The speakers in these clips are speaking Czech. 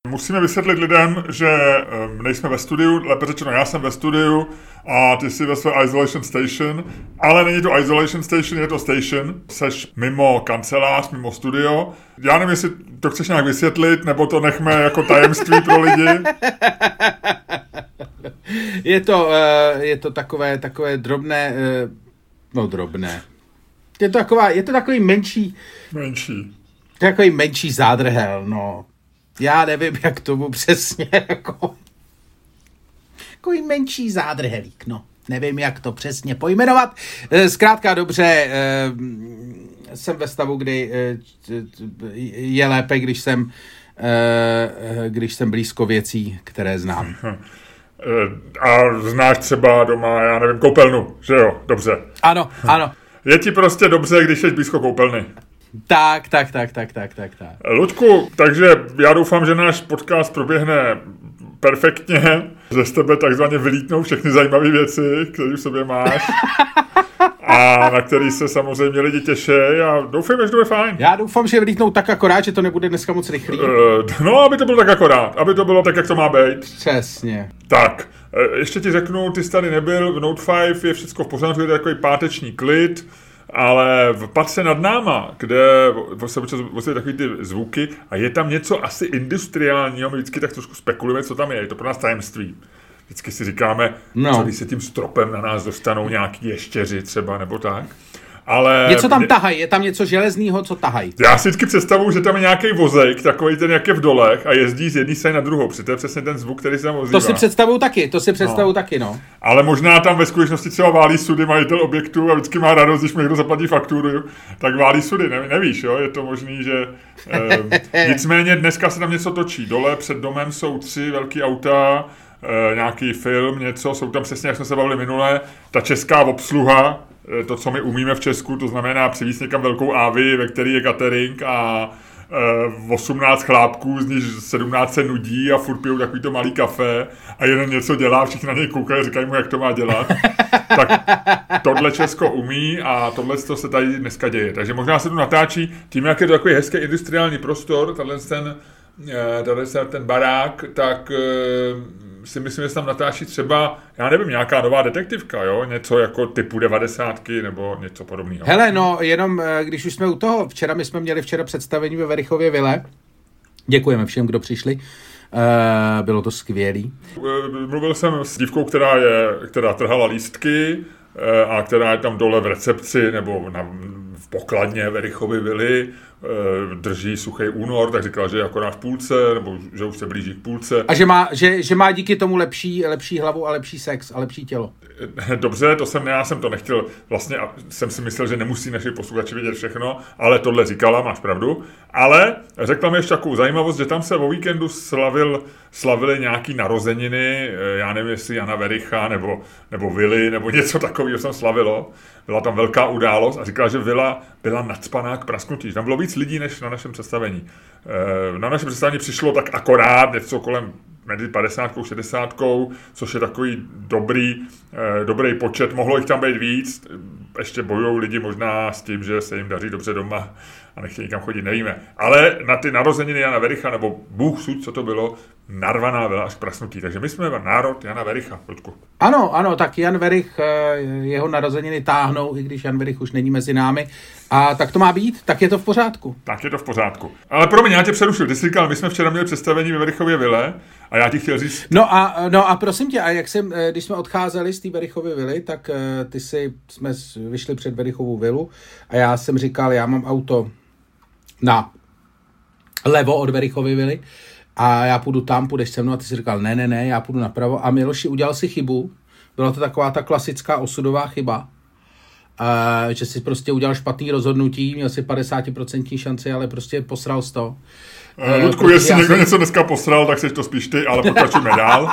Musíme vysvětlit lidem, že nejsme ve studiu, lépe řečeno já jsem ve studiu a ty jsi ve své isolation station, ale není to isolation station, je to station, seš mimo kancelář, mimo studio. Já nevím, jestli to chceš nějak vysvětlit, nebo to nechme jako tajemství pro lidi. Je to takové drobné, drobné. Je to takový menší. Takový menší zádrhel, no. Já nevím, jak tomu přesně, takový menší zádrhelík, no. Nevím, jak to přesně pojmenovat. Zkrátka dobře, jsem ve stavu, kdy je lépe, když jsem blízko věcí, které znám. A znáš třeba doma, já nevím, koupelnu, že jo? Dobře. Ano. Je ti prostě dobře, když jsi blízko koupelny. Tak. Luďku, takže já doufám, že náš podcast proběhne perfektně, že z tebe takzvaně vylítnou všechny zajímavé věci, které v sobě máš a na který se samozřejmě lidi těší a doufám, že to bude fajn. Já doufám, že vylítnou tak akorát, že to nebude dneska moc rychlý. No, aby to bylo tak akorát, aby to bylo tak, jak to má být. Přesně. Tak, ještě ti řeknu, ty jsi tady nebyl, v Note 5 je všechno v pořádku, je to takový páteční klid, ale v patře nad náma, kde se občas takový ty zvuky a je tam něco asi industriálního, my vždycky tak trošku spekulujeme, co tam je to pro nás tajemství. Vždycky si říkáme, co když se tím stropem na nás dostanou nějaký ještěři třeba, nebo tak. Ale něco tam tahají, je tam něco železného, co tahají. Já si vždycky představuju, že tam je nějaký vozejk, takový ten, jak je v dolech a jezdí z jedné strany na druhou. To je přesně ten zvuk, který se tam ozývá. To si představuju taky, no. Ale možná tam ve skutečnosti třeba válí sudy majitel objektu a vždycky má radost, když mi někdo zaplatí fakturu, tak válí sudy, nevíš, jo? Je to možný, že... Nicméně dneska se tam něco točí. Dole před domem jsou 3 velký auta, nějaký film, něco, jsou tam přesně, jak jsme se bavili minule, ta česká obsluha, to, co my umíme v Česku, to znamená přivízt někam velkou ávi, ve který je catering a 18 chlápků, z nich 17 se nudí a furt pijou takovýto malý kafe a jeden něco dělá, všichni na něj koukají a říkají mu, jak to má dělat. Tak tohle Česko umí a tohle se tady dneska děje. Takže možná se tu natáčí tím, jak je to takový hezký industriální prostor, ten barák, tak si myslím, že se tam natáčí třeba, já nevím, nějaká nová detektivka, jo? Něco jako typu 90 nebo něco podobného. Hele, no, jenom když už jsme u toho, my jsme měli představení ve Verichově vile. Děkujeme všem, kdo přišli. Bylo to skvělý. Mluvil jsem s dívkou, která trhala lístky a která je tam dole v recepci nebo v pokladně Verichovy vily, drží suchý únor, tak říkala, že je akorát v půlce, nebo že už se blíží k půlce. A že má díky tomu lepší hlavu a lepší sex a lepší tělo. Dobře, já jsem to nechtěl, vlastně jsem si myslel, že nemusí naši posluchači vědět všechno, ale tohle říkala, máš pravdu. Ale řekla mi ještě takovou zajímavost, že tam se o víkendu slavily nějaký narozeniny, já nevím, jestli Jana Vericha, nebo Vily, nebo něco takového tam slavilo. Byla tam velká událost a říkala, že vila byla nacpaná k prasknutí. Tam bylo víc lidí, než na našem představení. Na našem představení přišlo tak akorát něco kolem mezi 50 a 60, což je takový dobrý počet. Mohlo jich tam být víc. Ještě bojují lidi možná s tím, že se jim daří dobře doma a nechtějí nikam chodit, nevíme. Ale na ty narozeniny Jana Vericha, nebo Bůh suď, co to bylo, narvaná vila až k prasknutí. Takže my jsme národ Jana Vericha, Ludku. Ano, tak Jan Verich, jeho narozeniny táhnou, i když Jan Verich už není mezi námi. A tak to má být, tak je to v pořádku. Tak je to v pořádku. Ale promiň, já tě přerušil. Ty jsi říkal, my jsme včera měli představení ve Verichově vile a já ti chtěl říct... No a prosím tě, a když jsme odcházeli z té Verichovy vily, tak jsme vyšli před Verichovou vilu a já jsem říkal, já mám auto na levo od Verichovy vily a já půjdu tam, půjdeš se mnou a ty jsi říkal, ne, já půjdu napravo a Miloši, udělal si chybu, byla to taková ta klasická osudová chyba, že si prostě udělal špatný rozhodnutí, měl si 50% šanci, ale prostě posral jsi to. Ludku, jestli někdo něco dneska posral, tak seš to spíš ty, ale pokračujeme dál.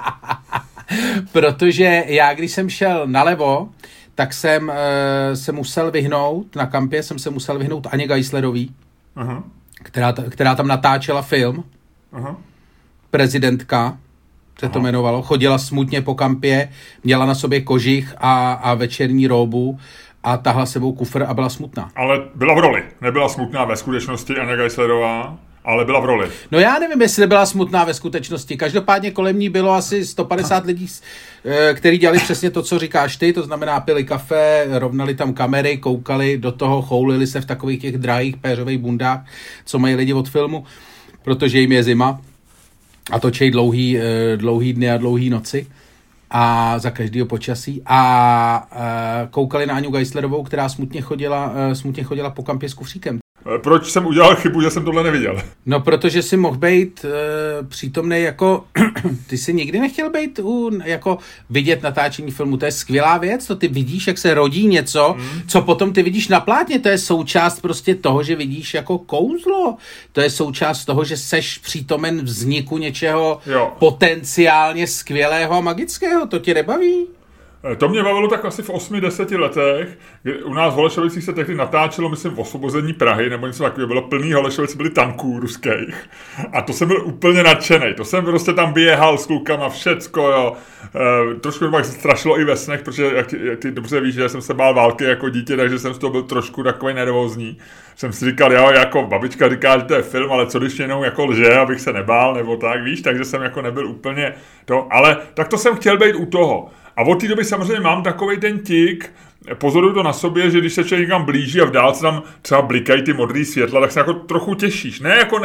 Protože já, když jsem šel nalevo, tak jsem se musel vyhnout, na kampě jsem se musel vyhnout Aně Geislerový, která tam natáčela film. Prezidentka se to jmenovalo. Chodila smutně po kampě, měla na sobě kožich a večerní róbu a tahla sebou kufr a byla smutná. Ale byla v roli, nebyla smutná ve skutečnosti Aně Geislerová. ale byla v roli. No já nevím, jestli byla smutná ve skutečnosti. Každopádně kolem ní bylo asi 150 lidí, kteří dělali přesně to, co říkáš ty, to znamená pili kafe, rovnali tam kamery, koukali do toho, choulili se v takových těch drahých péřových bundách, co mají lidi od filmu, protože jim je zima a točí dlouhý dny a dlouhý noci a za každého počasí a koukali na Aňu Geislerovou, která smutně chodila po kampě s kufříkem. Proč jsem udělal chybu, že jsem tohle neviděl? No, protože si mohl být přítomnej jako... Ty jsi nikdy nechtěl být jako vidět natáčení filmu. To je skvělá věc, to ty vidíš, jak se rodí něco, co potom ty vidíš na plátně. To je součást prostě toho, že vidíš jako kouzlo. To je součást toho, že seš přítomen vzniku něčeho potenciálně skvělého a magického. To tě nebaví? To mě bavilo tak asi v 8-10 letech, kdy u nás v Holešovicích se tehdy natáčelo, myslím, v osvobození Prahy, nebo něco takového, bylo plný Holešovic, byly tanků ruských. A to jsem byl úplně nadšenej. To jsem prostě tam běhal s klukama, všecko, jo. Trošku mě strašilo i ve snech, protože jak ty dobře víš, že jsem se bál války jako dítě, takže jsem z toho byl trošku takový nervózní. Jsem si říkal, jo, jako babička říká, že to je film, ale co když jenom jako lže, abych se nebál, nebo tak, víš, takže jsem jako nebyl úplně to, ale tak to jsem chtěl být u toho. A od té doby samozřejmě mám takovej ten tik, pozoruju to na sobě, že když se člověk někam blíží a v dálce tam třeba blikají ty modrý světla, tak se jako trochu těšíš.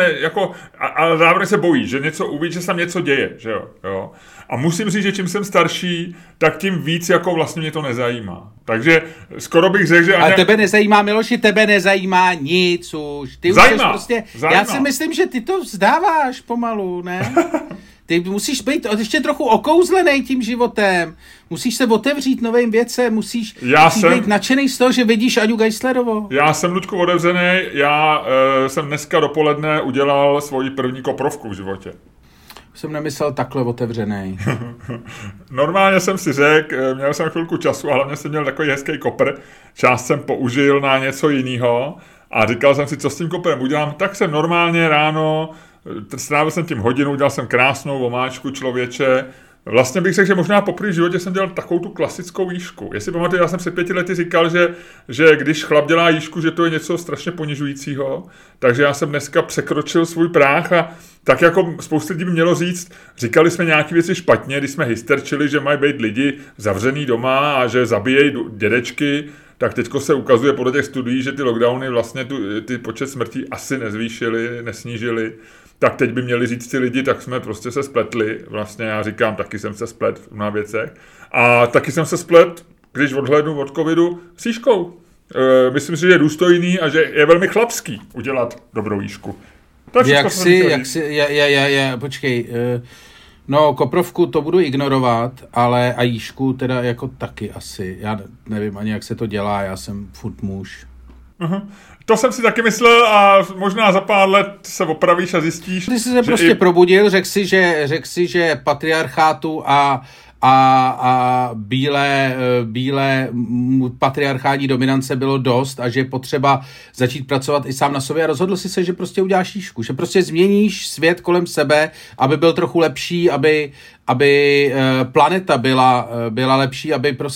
Ale zároveň se bojíš, že něco uvidíš, že se tam něco děje, že jo. A musím říct, že čím jsem starší, tak tím víc jako vlastně mě to nezajímá. Takže skoro bych řekl, že... Ale tebe nezajímá, Miloši, tebe nezajímá nic už. Ty zajímá, prostě... Já si myslím, že ty to vzdáváš pomalu, ne? Ty musíš být ještě trochu okouzlený tím životem. Musíš se otevřít novým věcem, musíš být nadšený z toho, že vidíš Aňu Geislerovou. Já jsem, Luďku, otevřený. Já jsem dneska dopoledne udělal svoji první koprovku v životě. Jsem nemyslel takhle otevřený. Normálně jsem si řekl, měl jsem chvilku času a hlavně jsem měl takový hezký kopr. Část jsem použil na něco jiného a říkal jsem si, co s tím koprem udělám. Tak jsem normálně ráno strávil jsem tím hodinu, udělal jsem krásnou omáčku, člověče. Vlastně bych řekl, že možná poprvé v životě jsem dělal takovou tu klasickou jížku. Jestli pamatuju, já jsem před 5 lety říkal, že když chlap dělá jížku, že to je něco strašně ponižujícího. Takže já jsem dneska překročil svůj práh a tak jako spoustu lidí by mělo říct, říkali jsme nějaké věci špatně, když jsme hysterčili, že mají být lidi zavřený doma a že zabíjejí dědečky. Tak teďko se ukazuje podle těch studií, že ty lockdowny vlastně ty počet smrtí asi nesnížili. Tak teď by měli říct ty lidi, tak jsme prostě se spletli. Vlastně já říkám, taky jsem se splet v mnoha věcech. A taky jsem se splet, když odhlédnu od covidu, s jížkou. Myslím si, že je důstojný a že je velmi chlapský udělat dobrou jížku. Počkej. No, koprovku to budu ignorovat, ale a jížku teda jako taky asi. Já nevím ani, jak se to dělá, já jsem furt muž. Uh-huh. To jsem si taky myslel a možná za pár let se opravíš a zjistíš. Ty jsi se prostě probudil, řekl si, že patriarchátu a bílé patriarchální dominance bylo dost a že je potřeba začít pracovat i sám na sobě a rozhodl si se, že prostě uděláš jížku, že prostě změníš svět kolem sebe, aby byl trochu lepší, aby planeta byla lepší,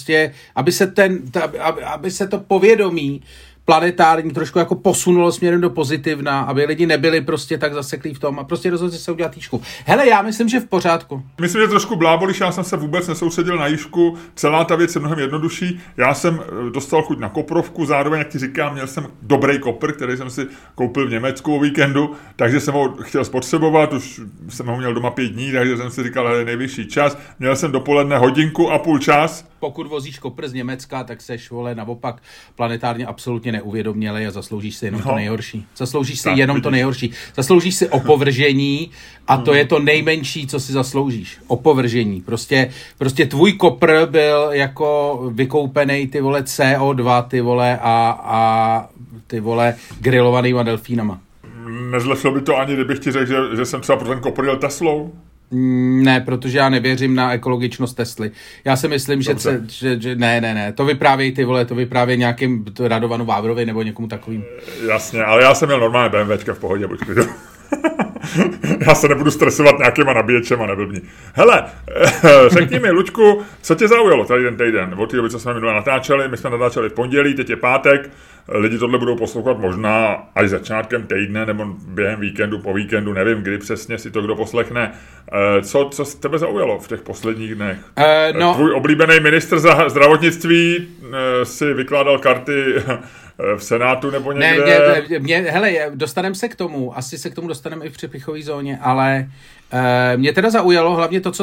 aby se to povědomí planetární trošku jako posunulo směrem do pozitivna, aby lidi nebyli prostě tak zaseklí v tom a prostě rozhodli se udělat jížku. Hele, já myslím, že v pořádku. Myslím, že trošku blábolíš, já jsem se vůbec nesoustředil na jížku, celá ta věc je mnohem jednodušší. Já jsem dostal chuť na koprovku, zároveň, jak ti říkám, měl jsem dobrý kopr, který jsem si koupil v Německu o víkendu, takže jsem ho chtěl spotřebovat, už jsem ho měl doma 5 dní, takže jsem si říkal, hele, nejvyšší čas. Měl jsem dopoledne 1,5 hodiny čas. Pokud vozíš kopr z Německa, tak seš, vole, naopak planetárně absolutně neuvědomělej a zasloužíš si jenom to nejhorší. Zasloužíš si opovržení a to je to nejmenší, co si zasloužíš. Opovržení. Prostě tvůj kopr byl jako vykoupený, ty vole, CO2, ty vole, a ty vole grilovanýma delfínama. Nezlepšilo by to ani, kdybych ti řekl, že jsem třeba pro ten kopr jel Teslou? Ne, protože já nevěřím na ekologičnost Tesly. Já si myslím, že ne, to vyprávěj ty vole, to vyprávěj nějakým Radovanu Vávrovi nebo někomu takovým. Jasně, ale já jsem měl normálně BMWčka v pohodě, buď klidu. Já se nebudu stresovat nějakýma nabíječema, neblbní. Hele, řekni mi, Luďku, co tě zaujalo tady ten týden? Od té doby, co jsme minule natáčeli, my jsme natáčeli v pondělí, teď je pátek, lidi tohle budou poslouchat možná až začátkem týdne, nebo během víkendu, po víkendu, nevím, kdy přesně si to kdo poslechne. Co tebe zaujalo v těch posledních dnech? Tvůj oblíbený ministr zdravotnictví si vykládal karty v Senátu nebo někde? Hele, dostaneme se k tomu, asi se k tomu dostaneme i v přepichové zóně, ale mě teda zaujalo hlavně to,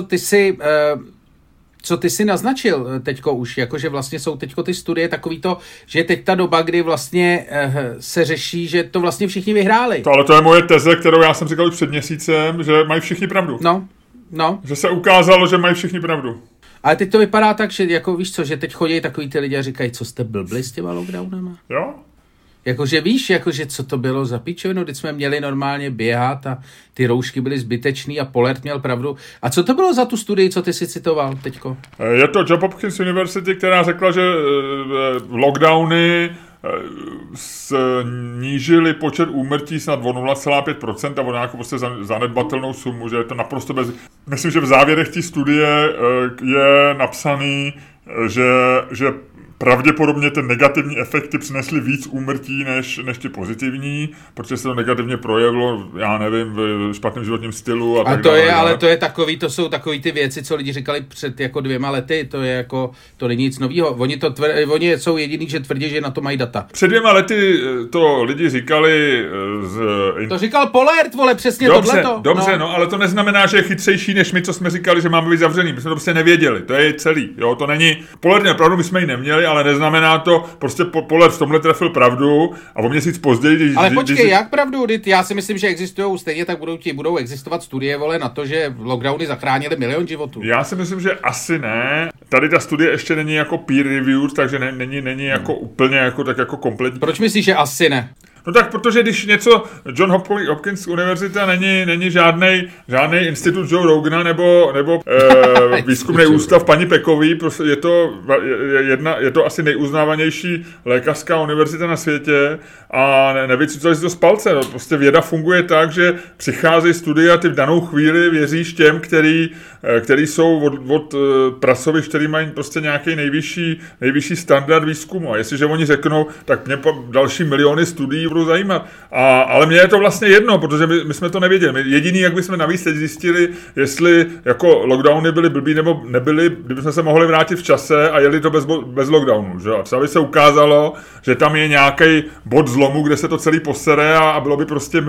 co ty si naznačil teďko už, jakože vlastně jsou teďko ty studie takový to, že je teď ta doba, kdy vlastně se řeší, že to vlastně všichni vyhráli. Ale to je moje teze, kterou já jsem říkal už před měsícem, že mají všichni pravdu. No. Že se ukázalo, že mají všichni pravdu. Ale teď to vypadá tak, že jako víš co, že teď chodí takový ty lidi a říkají, co jste blbli s těma lockdownama? Jo? Jakože víš, jakože co to bylo za pičovinu, když jsme měli normálně běhat a ty roušky byly zbytečný a Pollard měl pravdu. A co to bylo za tu studii, co ty si citoval teďko? Je to Johns Hopkins University, která řekla, že lockdowny snížili počet úmrtí snad o 0,5% a o nějakou prostě zanedbatelnou sumu, že je to naprosto bez... Myslím, že v závěrech té studie je napsaný, že pravděpodobně ty negativní efekty přinesly víc úmrtí než ty pozitivní, protože se to negativně projevilo, já nevím, v špatném životním stylu a tak dále. Ale to jsou takový ty věci, co lidi říkali před jako 2 lety, to je jako, to není nic novýho. Oni jsou jediný, že tvrdí, že na to mají data. Před 2 lety to lidi říkali To říkal Pollard, vole, přesně tohleto. Dobře, no, ale to neznamená, že je chytřejší než my, co jsme říkali, že máme být zavřený. My jsme to prostě nevěděli, to je celý, jo, to není. Pollard měl pravdu, my jsme ji neměli, ale neznamená to, prostě Pollard v tomhle trefil pravdu a o měsíc později... Ale počkej, jak pravdu? Já si myslím, že existujou stejně, tak budou existovat studie, vole, na to, že lockdowny zachránily 1 milion životů. Já si myslím, že asi ne. Tady ta studie ještě není jako peer reviewed, takže není jako úplně jako tak jako kompletní. Proč myslíš, že asi ne? No tak, protože když něco Johns Hopkins univerzita není žádný institut Joe Rogana nebo výzkumný ústav paní Pekový, prostě je to asi nejuznávanější lékařská univerzita na světě a nevycucali si to z palce. No. Prostě věda funguje tak, že přicházejí studie a ty v danou chvíli věříš těm, který jsou od prasovišť, který mají prostě nějaký nejvyšší standard výzkumu. A jestliže oni řeknou, tak mě další miliony studií budou zajímat. Ale mně je to vlastně jedno, protože my jsme to nevěděli. Jediný, jak bychom navíc teď zjistili, jestli jako lockdowny byly blbý nebo nebyly, kdybychom se mohli vrátit v čase a jeli to bez lockdownu. Že? A třeba by se ukázalo, že tam je nějaký bod zlomu, kde se to celý posere a byla by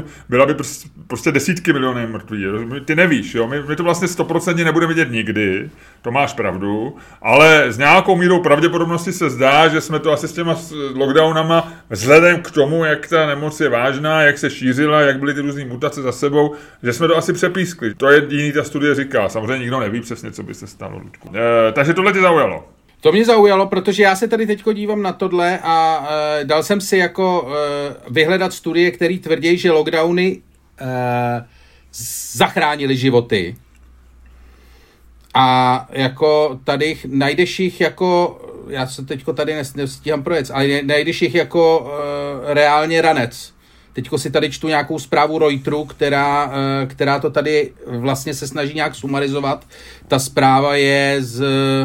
prostě desítky milionů mrtvých. Ty nevíš, jo? My to vlastně 100% nebudeme vidět nikdy, to máš pravdu, ale s nějakou mírou pravděpodobnosti se zdá, že jsme to asi s těma lockdownama vzhledem k tomu, jak ta nemoc je vážná, jak se šířila, jak byly ty různý mutace za sebou, že jsme to asi přepískli. To je jiný, ta studie říká. Samozřejmě nikdo neví přesně, co by se stalo, Ludku. Takže tohle tě zaujalo. To mě zaujalo, protože já se tady teďko dívám na tohle a dal jsem si jako vyhledat studie, které tvrdí, že lockdowny zachránily životy. A jako tady najdeš jich jako, já se teďko tady nestíhám projet, ale najdeš jich jako reálně ranec. Teďko si tady čtu nějakou zprávu Reutersu, která to tady vlastně se snaží nějak sumarizovat. Ta zpráva je z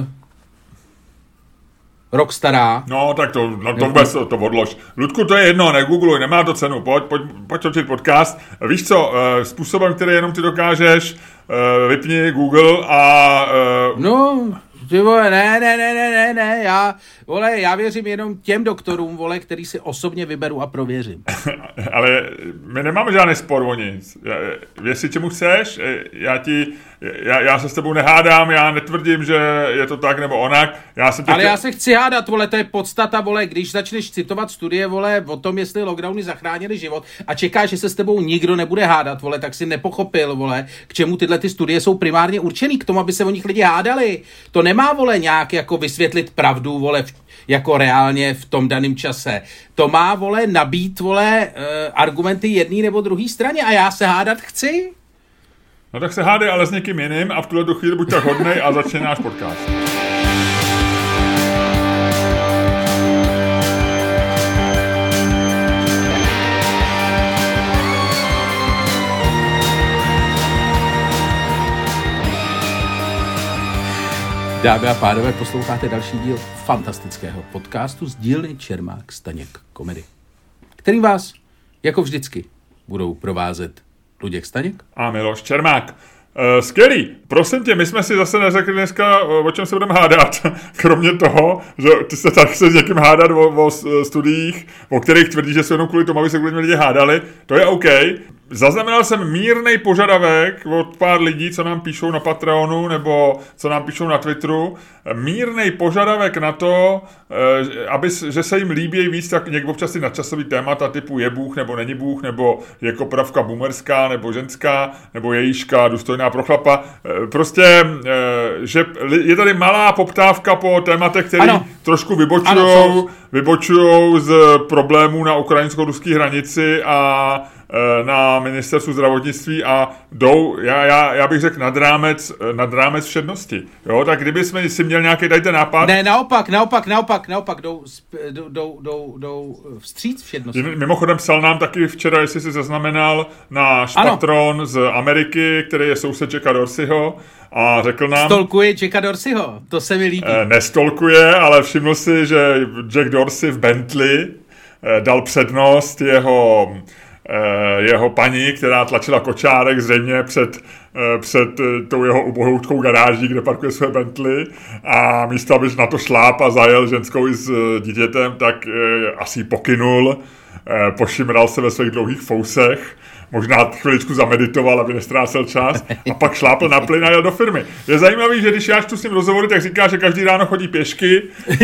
rok stará. No, tak to vůbec to odlož. Ludku, to je jedno, negoogluj, nemá to cenu, pojď točit podcast. Víš co, způsobem, který jenom ty dokážeš, vypni Google a... No, ty vole, ne, já věřím jenom těm doktorům, vole, který si osobně vyberu a prověřím. Ale my nemáme žádný spor o nic. Věř si, čemu chceš, já se s tebou nehádám, já netvrdím, že je to tak nebo onak. Já se chci hádat, vole, to je podstata, vole, když začneš citovat studie, vole, o tom, jestli lockdowny zachránily život a čekáš, že se s tebou nikdo nebude hádat, vole, tak si nepochopil, vole, k čemu tyhle ty studie jsou primárně určený, k tomu, aby se o nich lidi hádali. To nemá, vole, nějak jako vysvětlit pravdu, vole, jako reálně v tom daném čase. To má, vole, nabít, vole, argumenty jedné nebo druhé straně a já se hádat chci. No tak se hádej, ale s někým jiným a v tuhle chvíli buď tak hodnej a začne náš podcast. Dámy a pánové, posloucháte další díl fantastického podcastu z dílny Čermák Staněk Komedy, který vás, jako vždycky, budou provázet Luděk Staněk a Miloš Čermák. Skvělý. Prosím tě, my jsme si zase neřekli dneska, o čem se budeme hádat. Kromě toho, že ty se tak chce s někým hádat o studiích, o kterých tvrdí, že jsou jenom kvůli tomu, aby se kvůli lidi hádali. To je OK. Zaznamenal jsem mírnej požadavek od pár lidí, co nám píšou na Patreonu nebo co nám píšou na Twitteru. Mírnej požadavek na to, že se jim líbí víc tak někdo občas ty nadčasový témata typu je Bůh nebo není Bůh, nebo je kopravka boomerská nebo ženská, nebo jejíška důstojná pro chlapa. Prostě, že je tady malá poptávka po tématech, které trošku vybočujou z problémů na ukrajinsko-ruské hranici a na ministerstvu zdravotnictví a jdou, já bych řekl, nad rámec všednosti. Jo, tak kdyby jsme si měl nějaký tady ten nápad... Ne, naopak, jdou vstříc všednosti. Mimochodem psal nám taky včera, jestli si zaznamenal, náš patron z Ameriky, který je soused Jacka Dorseyho, a řekl nám... Stolkuje Jacka Dorseyho, to se mi líbí. Nestolkuje, ale všiml si, že Jack Dorsey v Bentley dal přednost jeho paní, která tlačila kočárek zřejmě před tou jeho ubohoutkou garáží, kde parkuje své Bentley, a místo, aby na to šláp a zajel ženskou i s dítětem, tak asi pokynul, pošimral se ve svých dlouhých fousech, možná chviličku zameditoval, aby nestrácel čas, a pak šlápl na plyn a jel do firmy. Je zajímavý, že když já čtu s ním rozhovory, tak říká, že každý ráno chodí pěšky,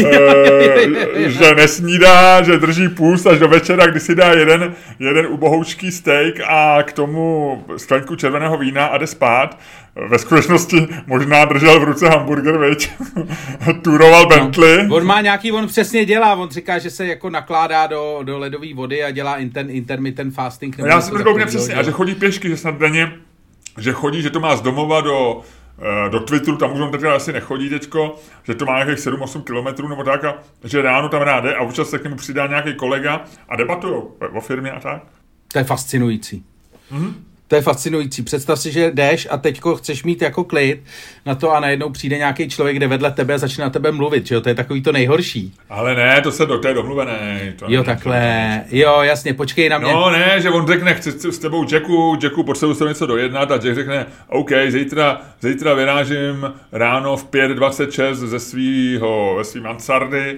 že nesnídá, že drží půst až do večera, kdy si dá jeden ubohoučký steak a k tomu sklenku červeného vína a jde spát. Ve skutečnosti možná držel v ruce hamburger, veď? Turoval Bentley. On přesně dělá, on říká, že se jako nakládá do ledové vody a dělá intermittent fasting. Já jsem řekl přesně, a že chodí pěšky, že snad denně, že chodí, že to má z domova do Twitteru, tam už on teda asi nechodí teďko, že to má nějakých 7-8 kilometrů nebo tak, a že ráno tam rád jde a občas se k němu přidá nějaký kolega a debatujou o firmě a tak. To je fascinující. To je fascinující. Představ si, že jdeš a teďko chceš mít jako klid na to a najednou přijde nějaký člověk, kde vedle tebe a začne na tebe mluvit, že jo? To je takový to nejhorší. Ale ne, to je domluvené. Jo, takhle. Jo, jasně, počkej na mě. No ne, že on řekne, chci s tebou Jacku, potřebuji s tebou něco dojednat, a Jack řekne, OK, zítra vyrážím ráno v 5:26 ze svý mansardy,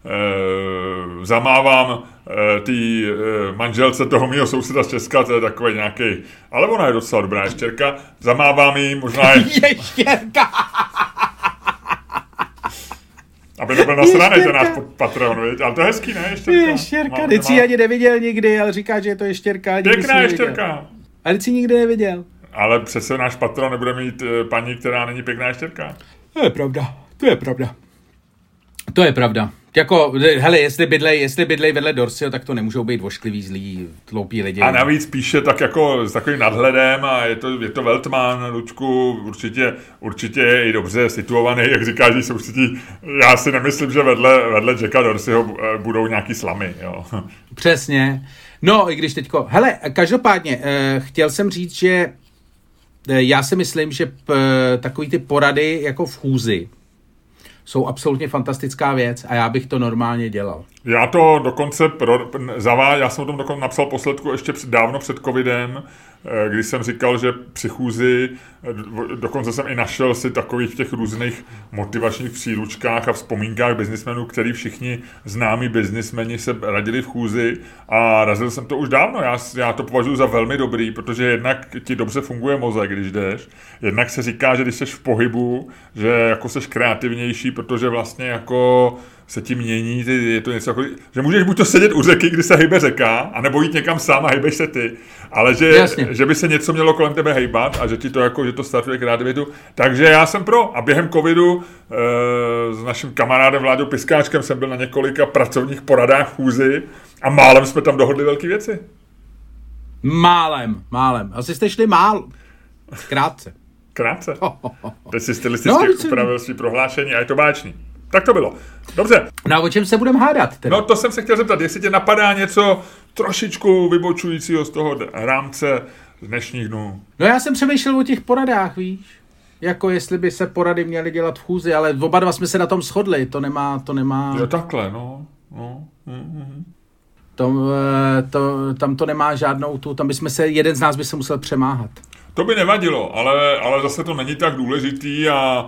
zamávám tý manželce toho mýho souseda z Česka, to je takový nějaký, ale ona je docela dobrá ještěrka, zamávám jí, možná je... Ještěrka! Aby nebyl nasranej ten náš Patreon, viď? Ale to je hezký, ne, ještěrka? Ještěrka, teď si ani neviděl nikdy, ale říká, že je to ještěrka. Pěkná ještěrka. A teď si nikdy neviděl. Ale přece náš Patreon nebude mít paní, která není pěkná ještěrka. To je pravda. Jako, hele, jestli bydlej vedle Dorseyho, tak to nemůžou být vošklivý, zlí, tloupí lidi. A navíc píše tak jako s takovým nadhledem a je to Veltman, Lučku, určitě je i dobře situovaný, jak říkáš, že sousedí. Já si nemyslím, že vedle Jacka Dorseyho budou nějaký slamy, jo. Přesně. No, i když teďko, hele, každopádně, chtěl jsem říct, že já si myslím, že takový ty porady jako v chůzi jsou absolutně fantastická věc a já bych to normálně dělal. Já to dokonce já jsem o tom dokonce napsal posledku ještě dávno před covidem, když jsem říkal, že při chůzi, dokonce jsem i našel si takových v těch různých motivačních příručkách a vzpomínkách biznismenů, který všichni známí biznismeni se radili v chůzi, a razil jsem to už dávno. Já to považuji za velmi dobrý, protože jednak ti dobře funguje mozek, když jdeš, jednak se říká, že když jsi v pohybu, že jako jsi kreativnější, protože vlastně jako se ti mění, je to něco jako, že můžeš buď to sedět u řeky, kdy se hejbe řeka, anebo jít někam sám a hejbeš se ty, ale že by se něco mělo kolem tebe hejbat a že ti to jako, že to startuje kreativitu. Takže já jsem pro. A během covidu s naším kamarádem Vláďou Piskáčkem jsem byl na několika pracovních poradách v chůzi a málem jsme tam dohodli velké věci. Málem. Asi jste šli Krátce. Teď si stylisticky upravil svý prohlášení a je to báječný. Tak to bylo. Dobře. No a o čem se budeme hádat teda? No to jsem se chtěl zeptat, jestli tě napadá něco trošičku vybočujícího z toho rámce dnešních dnů. No já jsem přemýšlel o těch poradách, víš. jako jestli by se porady měly dělat v chůzi, ale oba dva jsme se na tom shodli, to nemá... Jo, takhle, no. Tam to nemá žádnou tam jeden z nás by se musel přemáhat. To by nevadilo, ale zase to není tak důležitý a...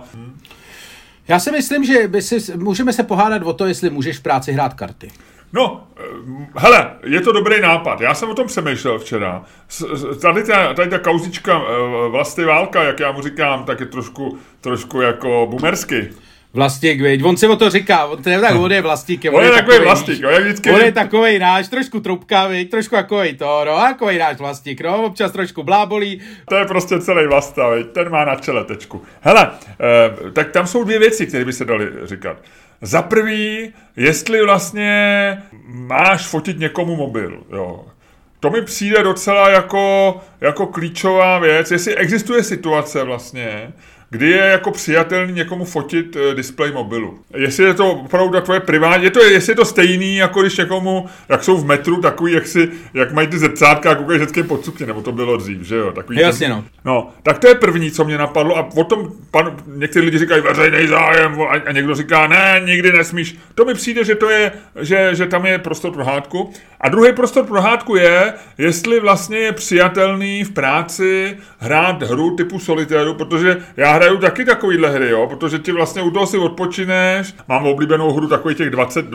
Já si myslím, že můžeme se pohádat o to, jestli můžeš v práci hrát karty. No, hele, je to dobrý nápad. Já jsem o tom přemýšlel včera. Tady ta kauzička Vlasty Válka, jak já mu říkám, tak je trošku jako boomersky. Vlastík, viď? On si o to říká, on je vlastík. On je takový vlastík, jo, jak vždycky. On je takovej náš, trošku trubka, viď? Trošku takovej to, no, takovej náš vlastík, no, občas trošku blábolí. To je prostě celý Vlasta, viď? Ten má na čele tečku. Hele, tak tam jsou dvě věci, které by se daly říkat. Za prvý, jestli vlastně máš fotit někomu mobil, jo. To mi přijde docela jako klíčová věc, jestli existuje situace vlastně, kdy je jako přijatelný někomu fotit displej mobilu. Jestli je to opravdu tvoje privátní, jestli je to stejný, jako když někomu, jak jsou v metru, takový, jak mají ty zrcátka a koukají vždycky pod sukně, nebo to bylo dřív, že jo? Takový jasně, no. No, tak to je první, co mě napadlo a o tom někteří lidi říkají veřejný zájem a někdo říká, ne, nikdy nesmíš. To mi přijde, že to je, že tam je prostor pro hádku. A druhý prostor pro hádku je, jestli vlastně je přijatelný v práci hrát hru typu solitéru, protože já hraju taky takovýhle hry, jo, protože ti vlastně u toho si odpočineš, mám oblíbenou hru takový těch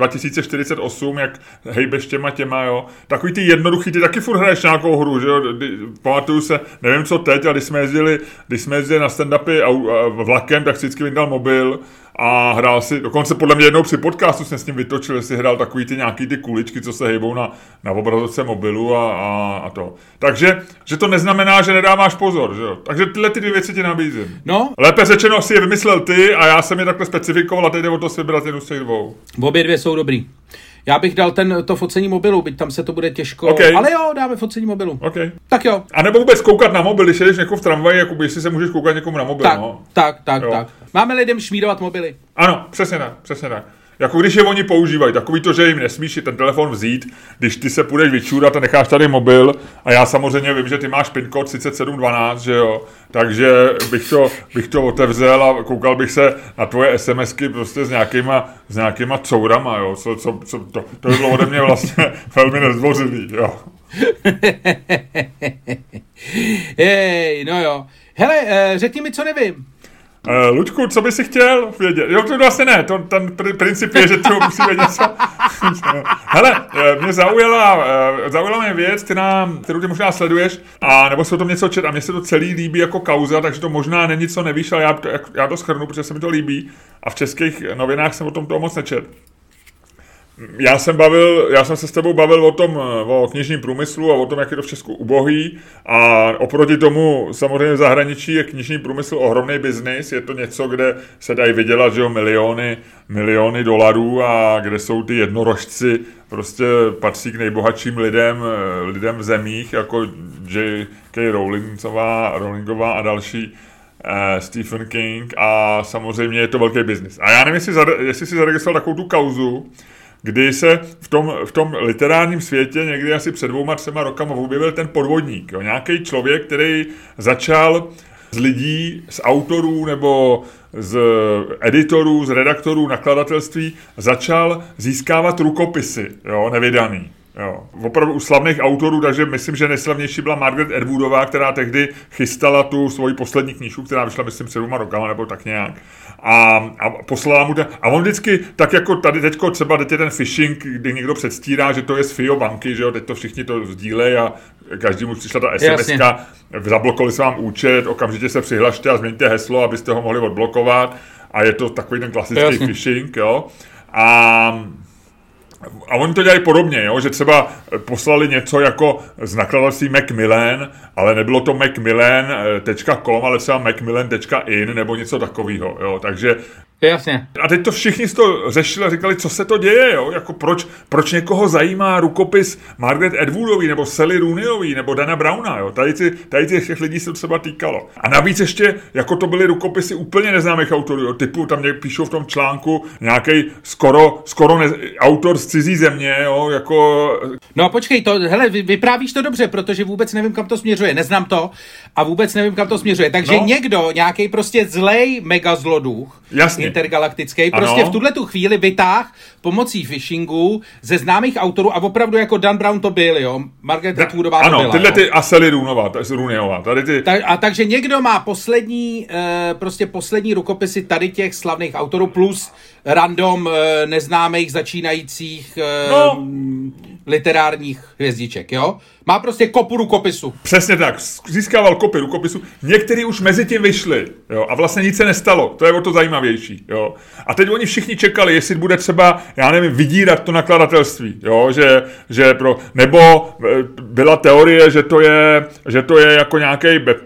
2048, jak hejbeš těma, jo, takový ty jednoduchý, ty taky furt hraješ nějakou hru, že jo, pamatuju se, nevím co teď, ale když jsme jezdili na stand-upy vlakem, tak si vždycky vyndal mobil a hrál si, dokonce podle mě jednou při podcastu jsem s ním vytočil, jestli hrál takový ty nějaký ty kuličky, co se hejbou na obrazovce mobilu a to. Takže, že to neznamená, že nedáváš pozor, že jo. Takže tyhle ty dvě věci ti nabízím. No. Lépe řečeno si je vymyslel ty a já jsem je takhle specifikoval a teď jde o to si vybrat jednu z těch dvou. Obě dvě jsou dobrý. Já bych dal to focení mobilu, byť tam se to bude těžko, okay. Ale jo, dáme focení mobilu. Okay. Tak jo. A nebo vůbec koukat na mobil, když jedeš někoho v tramvaji, jako jestli se můžeš koukat někomu na mobil, tak. Máme lidem šmírovat mobily. Ano, přesně tak. Jako když je oni používají, takový to, že jim nesmíš ten telefon vzít, když ty se půjdeš vyčůrat a necháš tady mobil a já samozřejmě vím, že ty máš PIN kód 3712, že jo, takže bych to otevřel a koukal bych se na tvoje SMSky prostě s nějakýma courama, jo, to by bylo ode mě vlastně velmi nezdvořilý, jo. Hej, no jo. Hele, řekni mi, co nevím. Luďku, co bys si chtěl vědět? Jo, to vlastně ne, ten princip je, že to musí vědět něco. Hele, mě zaujala mě věc, kterou ty možná sleduješ, a nebo se o tom něco čet, a mně se to celý líbí jako kauza, takže to možná není, co nevíš, ale já to shrnu, protože se mi to líbí a v českých novinách jsem o tom toho moc nečet. Já jsem se s tebou bavil o knižním průmyslu a o tom, jak je to v Česku ubohý, a oproti tomu samozřejmě v zahraničí je knižní průmysl ohromný biznis, je to něco, kde se dají vydělat, že jo, miliony dolarů a kde jsou ty jednorožci, prostě patří k nejbohatším lidem v zemích, jako J.K. Rowlingová a další, Stephen King, a samozřejmě je to velký biznis. A já nevím, jestli si zaregistroval takovou tu kauzu, kdy se v tom literárním světě někdy asi před 2-3 rokama objevil ten podvodník. Jo? Nějaký člověk, který začal z lidí, z autorů nebo z editorů, z redaktorů, nakladatelství, začal získávat rukopisy, jo, nevydaný. Jo. Opravdu u slavných autorů, takže myslím, že nejslavnější byla Margaret Atwoodová, která tehdy chystala tu svoji poslední knížku, která vyšla, myslím, před 2 rokama nebo tak nějak. A poslala mu a on vždycky, tak jako tady teďko třeba teď je ten phishing, kdy někdo předstírá, že to je z FIO banky, že jo, teď to všichni to sdílejí a každému přišla ta SMS-ka, zablokovali se vám účet, okamžitě se přihlašte a změňte heslo, abyste ho mohli odblokovat, a je to takový ten klasický phishing, jo. A oni to dělají podobně, jo? Že třeba poslali něco jako z nakladatelství Macmillan, ale nebylo to macmillan.com, ale třeba macmillan.in nebo něco takového. Jo? Takže Jasně. A teď to všichni z toho řešili a říkali, co se to děje, jo? Jako proč někoho zajímá rukopis Margaret Atwoodový, nebo Sally Rooneyový, nebo Dana Browna, jo? Tady těch lidí se to třeba týkalo. A navíc ještě, jako to byly rukopisy úplně neznámých autorů, jo? Typu, tam píšou v tom článku nějaký skoro autor z cizí země, jo? Jako... No a počkej, hele, vyprávíš to dobře, protože vůbec nevím, kam to směřuje, neznám to a vůbec nevím, kam to směřuje. Takže někdo, nějaký prostě zlej megazloduch, intergalaktický, prostě v tuhletu chvíli vytáh pomocí phishingu ze známých autorů a opravdu jako Dan Brown to byl, jo? Margaret Atwoodová to byla. Ano, tyhle ty a Sally Rooneyová. Takže někdo má poslední rukopisy tady těch slavných autorů plus random neznámých začínajících literárních hvězdiček, jo? Má prostě kopu rukopisu. Přesně tak, získával kopy rukopisu, některý už mezi tím vyšli, jo, a vlastně nic se nestalo, to je o to zajímavější, jo. A teď oni všichni čekali, jestli bude třeba, já nevím, vydírat to nakladatelství, jo, nebo byla teorie, že to je jako nějaký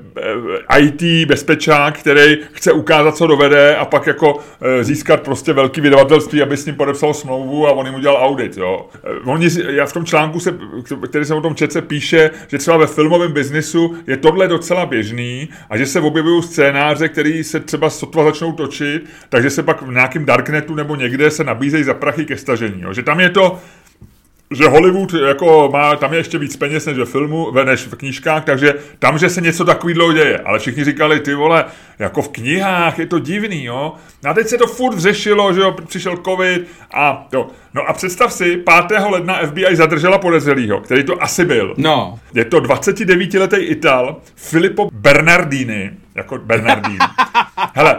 IT bezpečák, který chce ukázat, co dovede a pak jako získat prostě velký vydavatelství, aby s ním podepsal smlouvu a on jim udělal audit, jo. Já v tom článku, který jsem o tom četl, píše, že třeba ve filmovém biznisu je tohle docela běžný a že se objevují scénáře, který se třeba sotva začnou točit, takže se pak v nějakém darknetu nebo někde se nabízejí za prachy ke stažení. Jo. Že tam je to, že Hollywood jako tam je ještě víc peněz než ve filmu, než v knížkách, takže tam, že se něco takového děje. Ale všichni říkali, ty vole, jako v knihách je to divný, jo. A teď se to furt řešilo, že jo, přišel covid a jo. No a představ si, 5. ledna FBI zadržela podezřelýho, který to asi byl. No. Je to 29-letý Ital Filippo Bernardini, jako Bernardini. Hele,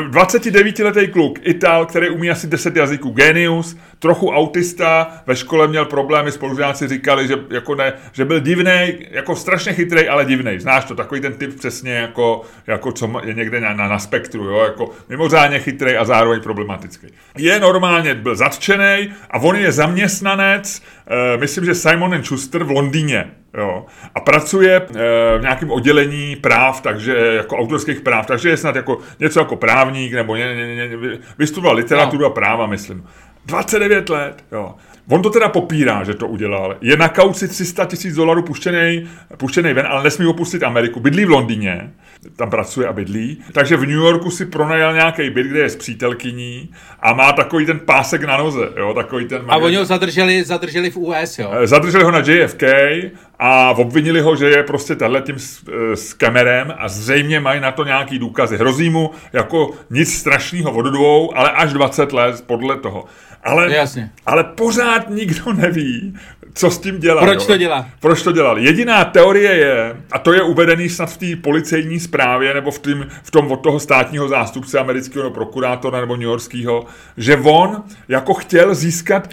29-letý kluk, Ital, který umí asi 10 jazyků, genius, trochu autista, ve škole měl problémy, spolužáci říkali, že byl divnej, jako strašně chytrej, ale divnej. Znáš to, takový ten typ přesně jako co je někde na spektru, jo, jako mimořádně chytrej a zároveň problematický. Je normálně, byl zatčenej a on je zaměstnanec, myslím, že Simon & Schuster v Londýně. Jo. A pracuje v nějakém oddělení práv, takže jako autorských práv, takže je snad jako něco jako právník, nebo vystudoval literaturu a práva, myslím. 29 let, jo. On to teda popírá, že to udělal. Je na kauci $300,000 puštěnej ven, ale nesmí opustit Ameriku. Bydlí v Londýně, tam pracuje a bydlí. Takže v New Yorku si pronajal nějaký byt, kde je s přítelkyní a má takový ten pásek na noze. Jo, takový ten a oni ho zadrželi v US, jo? Zadrželi ho na JFK a obvinili ho, že je prostě tím skamerem a zřejmě mají na to nějaký důkazy. Hrozí mu jako nic strašného od 2, ale až 20 let podle toho. Ale pořád nikdo neví, co s tím dělá. Proč to dělal? Jediná teorie je, a to je uvedený snad v té policejní zprávě, nebo v tom od toho státního zástupce amerického prokurátora nebo newyorského, že on jako chtěl získat,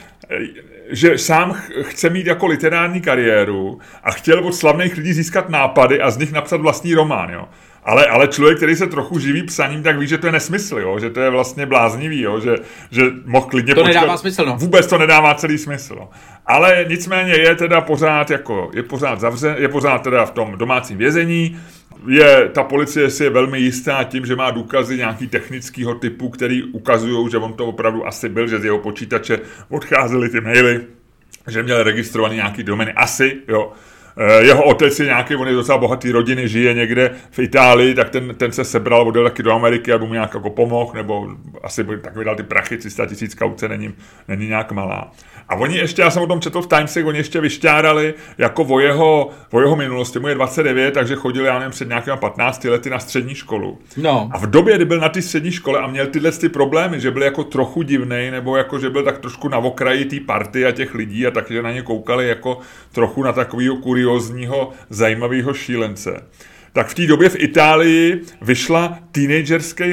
že sám chce mít jako literární kariéru a chtěl od slavných lidí získat nápady a z nich napsat vlastní román, jo. Ale člověk, který se trochu živí psaním, tak ví, že to je nesmysl, jo? Že to je vlastně bláznivý, jo? Že mohl klidně počkat. To nedává smysl, no. Vůbec to nedává celý smysl. No. Ale nicméně je teda pořád zavřen, je pořád teda v tom domácím vězení. Ta policie si je velmi jistá tím, že má důkazy nějaký technického typu, který ukazují, že on to opravdu asi byl, že z jeho počítače odcházely ty maily, že měl registrovaný nějaký domény asi, jo. Jeho otec je nějaký, on je docela bohatý rodiny, žije někde v Itálii, tak ten se sebral, odjel taky do Ameriky, aby mu nějak jako pomohl, nebo asi tak vydal ty prachy, 300,000 kauce není nějak malá. A oni ještě, já jsem o tom četl v Timesech, oni ještě vyšťárali jako o jeho minulosti, mu je 29, takže chodil, já nevím, před nějakými 15 lety na střední školu. No. A v době, kdy byl na té střední škole a měl tyhle ty problémy, že byl jako trochu divnej, nebo jako, že byl tak trošku na okraji té party a těch lidí a takže na ně koukali jako trochu na takovýho kuriózního, zajímavého šílence. Tak v té době v Itálii vyšla teenagerský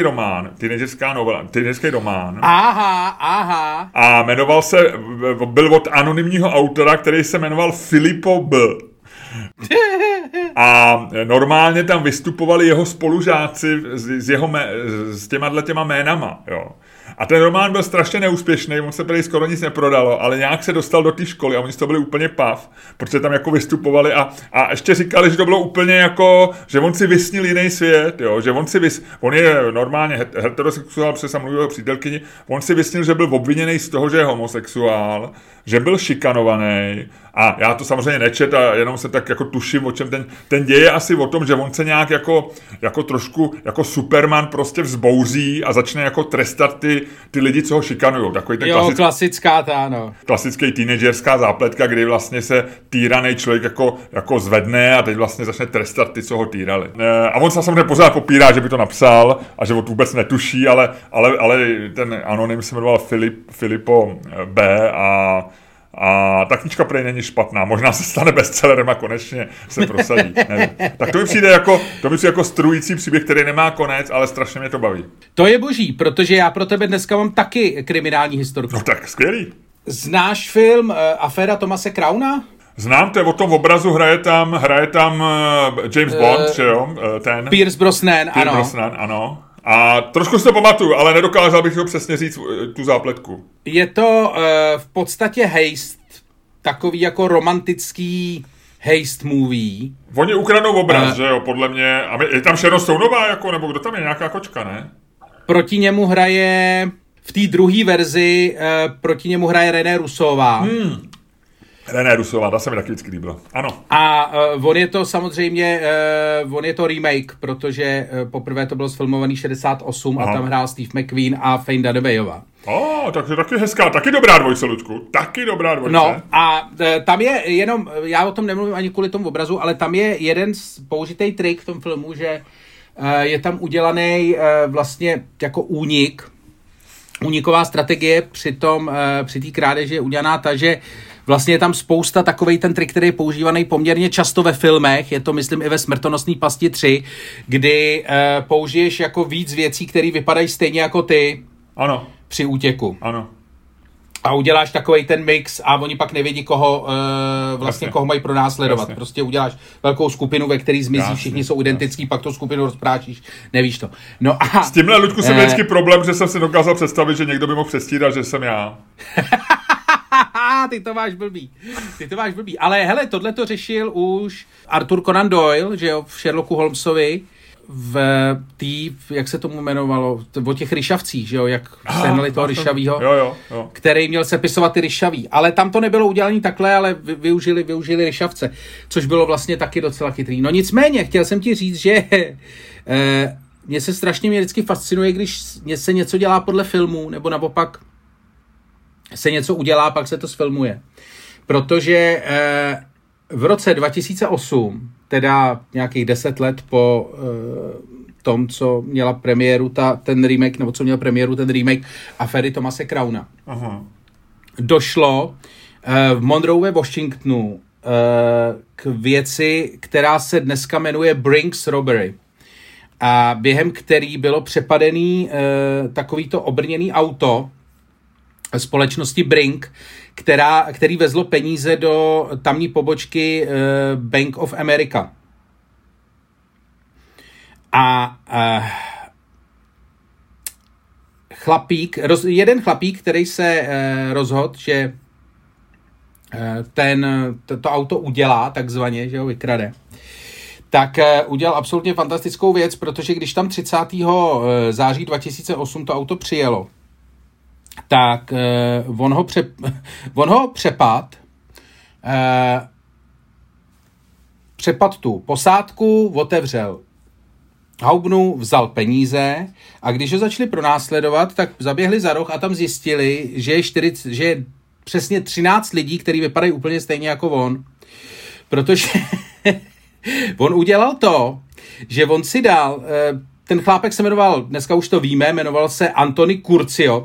román. Aha. A byl od anonymního autora, který se jmenoval Filippo B. A normálně tam vystupovali jeho spolužáci s těma jménama, jo. A ten román byl strašně neúspěšný, on se prý skoro nic neprodalo, ale nějak se dostal do té školy a oni to byli úplně pav, protože tam jako vystupovali a ještě říkali, že to bylo úplně jako, že on si vysnil jiný svět, jo, že on je normálně heterosexuál, protože jsem mluvil o přítelkyni, on si vysnil, že byl obviněný z toho, že je homosexuál, že byl šikanovaný a já to samozřejmě nečet a jenom se tak jako tuším, o čem ten děje asi o tom, že on se nějak jako trošku jako Superman prostě vzbouří a začne jako trestat ty lidi, co ho šikanujou. Takový ten klasická ta, no. Klasický teenagerská zápletka, kdy vlastně se týraný člověk jako zvedne a teď vlastně začne trestat ty, co ho týrali. A on se samozřejmě pořád popírá, že by to napsal a že on vůbec netuší, ale ten anonym se jmenoval Filippo B. A ta knížka prej není špatná. Možná se stane bestsellerem a konečně se prosadí. Nevím. Tak to mi přijde jako strující příběh, který nemá konec, ale strašně mě to baví. To je boží, protože já pro tebe dneska mám taky kriminální historku. No tak skvělý. Znáš film Aféra Thomase Crowna? Znám, to je o tom obrazu, hraje tam James Bond, že jo? Ten. Pierce Brosnan, ano. A trošku si to pamatuju, ale nedokázal bych to přesně říct tu zápletku. Je to v podstatě heist, takový jako romantický heist movie. Oni ukradnou obraz, že jo, podle mě. A je tam Sharon Stoneová, jako, nebo kdo tam je, nějaká kočka, ne? Proti němu hraje, v té druhé verzi, proti němu hraje René Russová. René Russová, ta se mi taky vždycky líbila. Ano. A on je to samozřejmě, on je to remake, protože poprvé to bylo sfilmovaný 68 a tam hrál Steve McQueen a Faye Dunawayová. Takže taky hezká, taky dobrá dvojce, Ludku. Taky dobrá dvojce. No a tam je jenom, já o tom nemluvím ani kvůli tomu obrazu, ale tam je jeden použitý trik v tom filmu, že je tam udělaný vlastně jako úniková strategie, při té krádeži je udělaná ta, že vlastně je tam spousta takovej ten trik, který je používaný poměrně často ve filmech, je to myslím i ve Smrtonosné pasti 3, kdy použiješ jako víc věcí, které vypadají stejně jako ty. Ano. Při útěku. Ano. A uděláš takovej ten mix a oni pak nevědí, koho mají pronásledovat. Jasně. Prostě uděláš velkou skupinu, ve který zmizí, všichni jsou identický, pak tu skupinu rozpráčíš, nevíš to. No a... S tímhle, Ludku, jsem vždycky problém, že jsem si dokázal představit, že někdo by mohl předstírat, že jsem já. Ty to máš blbý. Ale hele, tohle to řešil už Arthur Conan Doyle, že jo, v Sherlocku Holmesovi, v tý, jak se tomu jmenovalo, o těch ryšavcích, že jo, jak sehnali toho ryšavýho, jo. který měl sepisovat ty ryšavý. Ale tam to nebylo udělané takhle, ale využili ryšavce, což bylo vlastně taky docela chytrý. No nicméně, chtěl jsem ti říct, že mě vždycky fascinuje, když se něco dělá podle filmu, nebo naopak se něco udělá, pak se to sfilmuje. Protože v roce 2008, teda nějakých 10 let po tom, co měla premiéru ten remake, nebo co měl premiéru ten remake Aféry Thomase Crowna, došlo v Monroe, Washingtonu k věci, která se dneska jmenuje Brinks Robbery. A během který bylo přepadený takovýto obrněný auto společnosti Brink, který vezlo peníze do tamní pobočky Bank of America. A jeden chlapík, který se rozhodl, že to auto udělá, takzvaně, že ho vykrade, tak udělal absolutně fantastickou věc, protože když tam 30. září 2008 to auto přijelo, tak on ho přepad tu posádku, otevřel haubnu, vzal peníze a když ho začali pronásledovat, tak zaběhli za roh a tam zjistili, že je přesně 13 lidí, kteří vypadají úplně stejně jako on. Protože on udělal to, že on si dal, ten chlápek se jmenoval, dneska už to víme, jmenoval se Anthony Curcio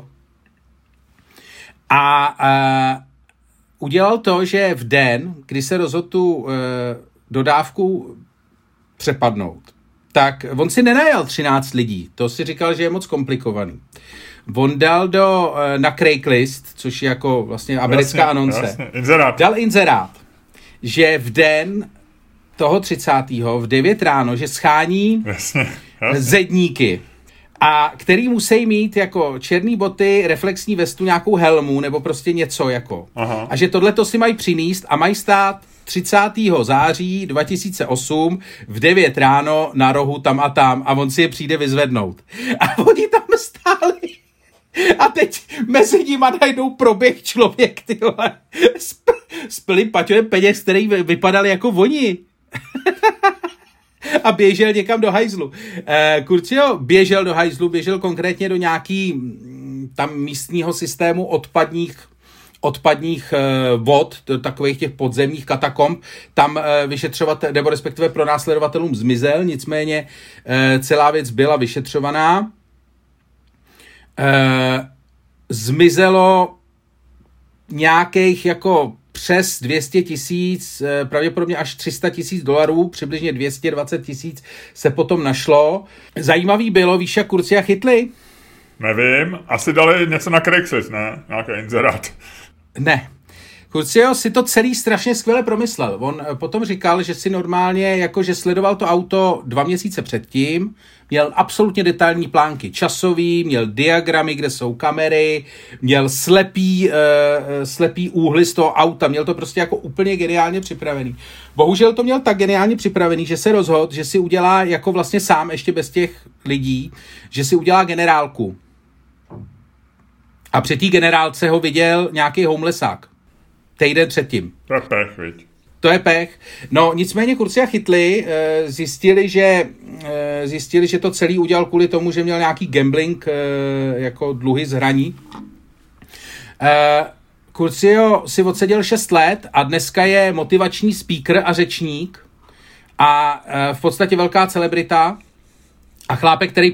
a udělal to, že v den, kdy se rozhodl tu dodávku přepadnout, tak on si nenajal 13 lidí, to si říkal, že je moc komplikovaný. On dal na Craigslist, což je jako vlastně americká anonce, Inzerát. dal inzerát, že v den toho 30. v 9 ráno, že schání zedníky, a který musí mít jako černý boty, reflexní vestu, nějakou helmu nebo prostě něco jako. Aha. A že tohleto si mají přinést a mají stát 30. září 2008 v 9 ráno na rohu tam a tam a on si je přijde vyzvednout. A oni tam stáli. A teď mezi nimi najdou proběh člověk, tyhle, s plným paťojem peněz, který vypadal jako oni. A běžel někam do hajzlu. Curcio běžel do hajzlu, běžel konkrétně do nějaký tam místního systému odpadních vod, takových těch podzemních katakomb, tam vyšetřovat, nebo respektive pro následovatelům zmizel, nicméně celá věc byla vyšetřovaná. Zmizelo nějakých jako přes 200 000, pravděpodobně až 300 000 dolarů, přibližně 220 000 se potom našlo. Zajímavý bylo, víš, jak Curcia chytli? Nevím, asi dali něco na Craigslist, ne? Nějaký inzerát. Ne. Curcio si to celý strašně skvěle promyslel. On potom říkal, že si normálně, jakože sledoval to auto 2 měsíce předtím, měl absolutně detailní plánky časový, měl diagramy, kde jsou kamery, měl slepý úhly z toho auta, měl to prostě jako úplně geniálně připravený. Bohužel to měl tak geniálně připravený, že se rozhodl, že si udělá jako vlastně sám, ještě bez těch lidí, že si udělá generálku. A při té generálce ho viděl nějaký homelessák. Týden předtím. To je pech, viď. To je pech. No, nicméně Curcia chytli, zjistili, že to celý udělal kvůli tomu, že měl nějaký gambling, jako dluhy z hraní. Curcio si odseděl 6 let a dneska je motivační speaker a řečník a v podstatě velká celebrita a chlápek, který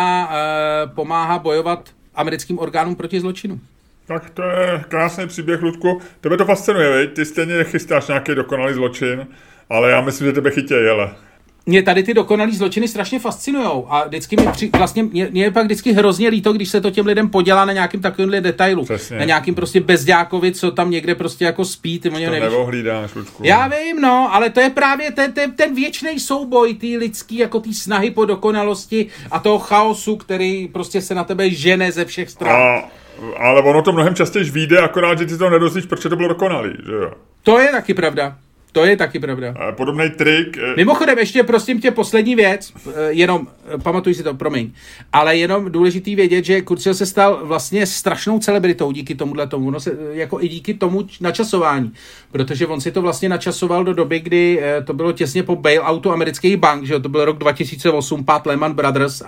pomáhá bojovat americkým orgánům proti zločinu. Tak to je krásný příběh, Ludku. Tebe to fascinuje, veď? Ty stejně chystáš nějaký dokonalý zločin, ale já myslím, že tebe chytěj, jele. Mě tady ty dokonalý zločiny strašně fascinujou a vždycky mě je pak vždycky hrozně líto, když se to těm lidem podělá na nějakým takovýmhle detailu. Přesně. Na nějakým prostě bezďákovi, co tam někde prostě jako spí, ty to neohlídáš, Ludku. Já vím, no, ale to je právě ten věčný souboj, ty lidský, jako ty snahy po dokonalosti a toho chaosu, který prostě se na tebe žene ze všech stran. Ale ono to mnohem častěji vyjde, akorát, že ty to nedozvíš, proč to bylo dokonalý, že jo? To je taky pravda. Podobný trik. Mimochodem, ještě prosím tě poslední věc, jenom, pamatuj si to, promiň, ale jenom důležitý vědět, že Curcio se stal vlastně strašnou celebritou díky tomuhle tomu, no jako i díky tomu načasování, protože on si to vlastně načasoval do doby, kdy to bylo těsně po bailoutu amerických bank, že jo, to byl rok 2008, pád Lehman Brothers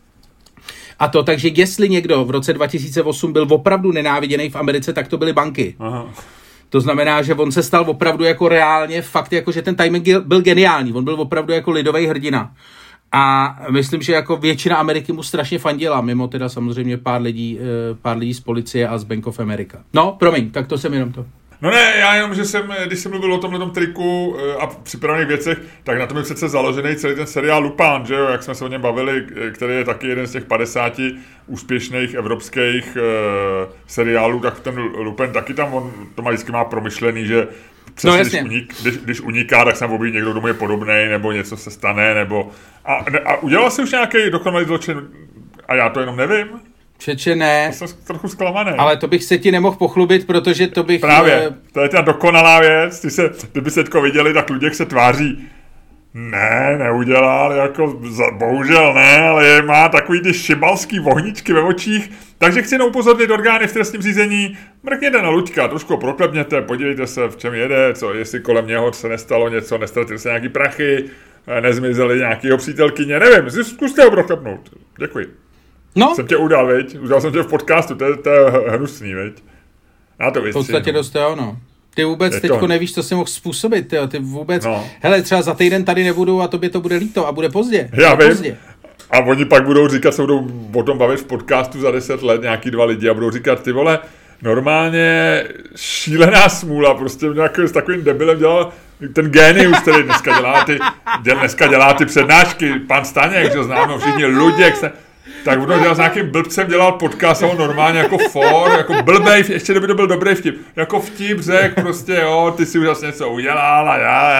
a to, takže jestli někdo v roce 2008 byl opravdu nenáviděný v Americe, tak to byly banky. Aha. To znamená, že on se stal opravdu jako reálně fakt, jako že ten timing byl geniální. On byl opravdu jako lidový hrdina. A myslím, že jako většina Ameriky mu strašně fandila, mimo teda samozřejmě pár lidí z policie a z Bank of America. No, promiň, tak to jsem jenom to. No ne, já jenom, že když jsem mluvil o tomhletom triku a připravených věcech, tak na tom je přece založený celý ten seriál Lupin, že jo, jak jsme se o něm bavili, který je taky jeden z těch 50 úspěšných evropských seriálů, tak ten Lupin taky tam, to vždycky má promyšlený, že přesně, no, když uniká, tak se objeví někdo, kdo mu je podobnej, nebo něco se stane, nebo... A udělal jsi už nějaký dokonalý zločin a já to jenom nevím? Čeče, ne. To jsem trochu zklamaný. Ale to bych se ti nemohl pochlubit, protože to bych... Právě, to je ta dokonalá věc. Kdyby se teďko viděli, tak Luděk se tváří. Ne, neudělal, jako bohužel ne, ale má takový ty šibalský vohničky ve očích. Takže chci upozornit orgány v trestním řízení. Mrkněte na Luďka, trošku ho proklepněte, podívejte se, v čem jede, jestli kolem něho se nestalo něco, nestratil se nějaký prachy, nezmizely nějakýho přítelkyně, nevím, zkuste ho proklepnout. Děkuji. No. Jsem tě udal, veď? Udal jsem tě v podcastu, to je hnusný, veď? Já to v podstatě dost je ono. Ty vůbec teďko nevíš, co jsi mohl způsobit, ty vůbec... No. Hele, třeba za týden tady nebudu a tobě to bude líto a bude pozdě. Já vím. Pozdě. A oni pak budou říkat, se budou o tom bavit v podcastu za 10 let, nějaký 2 lidi a budou říkat, ty vole, normálně šílená smůla, prostě s takovým debilem dělal ten génius, který dneska dělá ty přednášky, pan Staněk, že známe všichni Luděk, tak on dělal s nějakým blbcem, dělal podcast a on normálně jako jako blbej, ještě kdyby to byl dobrý vtip, jako vtip řek prostě, jo, ty si už asi něco udělal a já.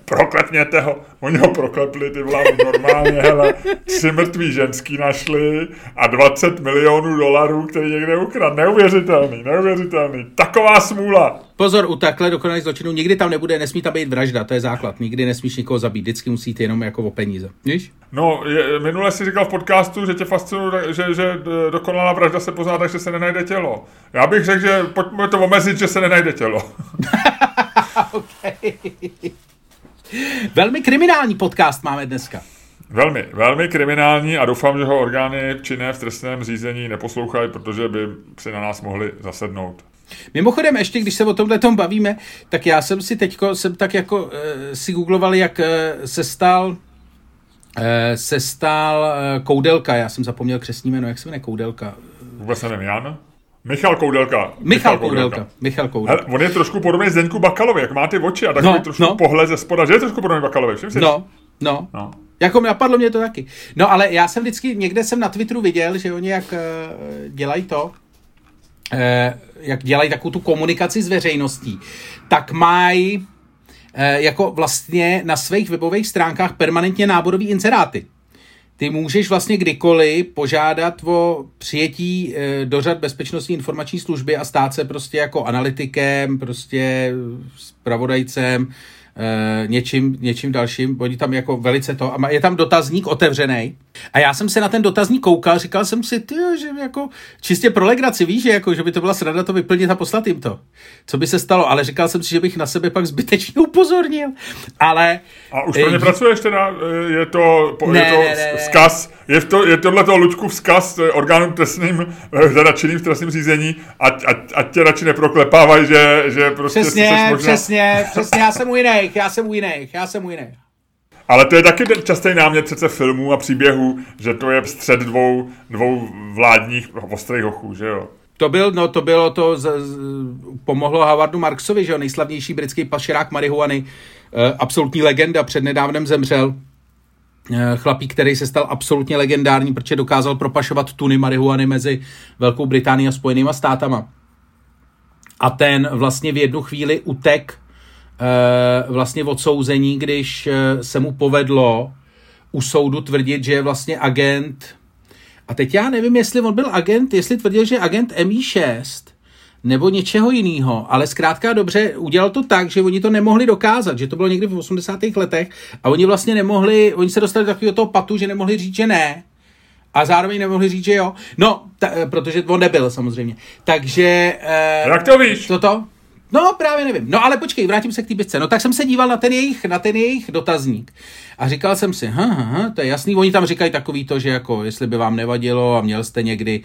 proklepněte ho. Oni ho proklepli, ty vole, normálně, hele, 3 mrtví ženský našli a 20 milionů dolarů, který někde ukradl. Neuvěřitelný. Taková smůla. Pozor, u takhle dokonalých zločinů nikdy tam nebude, nesmí tam být vražda, to je základ. Nikdy nesmíš nikoho zabít, vždycky musíte jenom jako o peníze. Víš? No, minule si říkal v podcastu, že tě fascinuje, že dokonalá vražda se pozná tak, že se nenajde tělo. Já bych řekl, že pojďme to omezit, že se nenajde tělo. Okay. Velmi kriminální podcast máme dneska. Velmi kriminální a doufám, že ho orgány činné v trestném řízení neposlouchají, protože by si na nás mohli zasednout. Mimochodem, ještě když se o tomhletom bavíme, tak já jsem si si googloval, jak se stal Koudelka. Já jsem zapomněl křestní jméno, jak se jmenuje Koudelka? Vůbec nevím, Jan? Michal Koudelka. Hele, on je trošku podobný Zdeňku Bakalovi, jak má ty oči a takový trošku pohled ze spoda, že je trošku podobný Bakalovi, všim si? No. Jako napadlo mě to taky. No ale já jsem vždycky, někde jsem na Twitteru viděl, že oni jak dělají jak dělají takovou tu komunikaci s veřejností, tak mají jako vlastně na svých webových stránkách permanentně náborový inzeráty. Ty můžeš vlastně kdykoliv požádat o přijetí do řad Bezpečnostní informační služby a stát se prostě jako analytikem, prostě zpravodajcem, něčím dalším. Oni tam jako velice to, a je tam dotazník otevřený. A já jsem se na ten dotazník koukal, říkal jsem si, že jako čistě pro legraci, víš, že by to byla sranda to vyplnit a poslat jim to. Co by se stalo, ale říkal jsem si, že bych na sebe pak zbytečně upozornil. Ale... A už pro ně pracuješ teda? Je to vzkaz? Je tohleto, Luďku, vzkaz orgánům trestným, teda činným v trestním řízení, ať tě radši neproklepávají, že prostě... Přesně, já jsem u jiných. Ale to je taky častý námět přece filmů a příběhů, že to je střed dvou vládních ostrých hochů, že jo? To pomohlo Howardu Marksovi, že jo, nejslavnější britský pašerák marihuany, absolutní legenda, přednedávnem zemřel. Chlapík, který se stal absolutně legendární, protože dokázal propašovat tuny marihuany mezi Velkou Británií a Spojenýma státama. A ten vlastně v jednu chvíli utek vlastně odsouzení, když se mu povedlo u soudu tvrdit, že je vlastně agent. A teď já nevím, jestli on byl agent, jestli tvrdil, že je agent MI6 nebo něčeho jiného, ale zkrátka dobře udělal to tak, že oni to nemohli dokázat, že to bylo někdy v 80. letech a oni vlastně nemohli, oni se dostali do takového toho patu, že nemohli říct, že ne. A zároveň nemohli říct, že jo. No, protože on nebyl samozřejmě. Takže... Jak to víš? No, právě nevím. No, ale počkej, vrátím se k té bisce. No, tak jsem se díval na ten jejich dotazník. A říkal jsem si, to je jasný. Oni tam říkají takový to, že jako, jestli by vám nevadilo a měl jste někdy,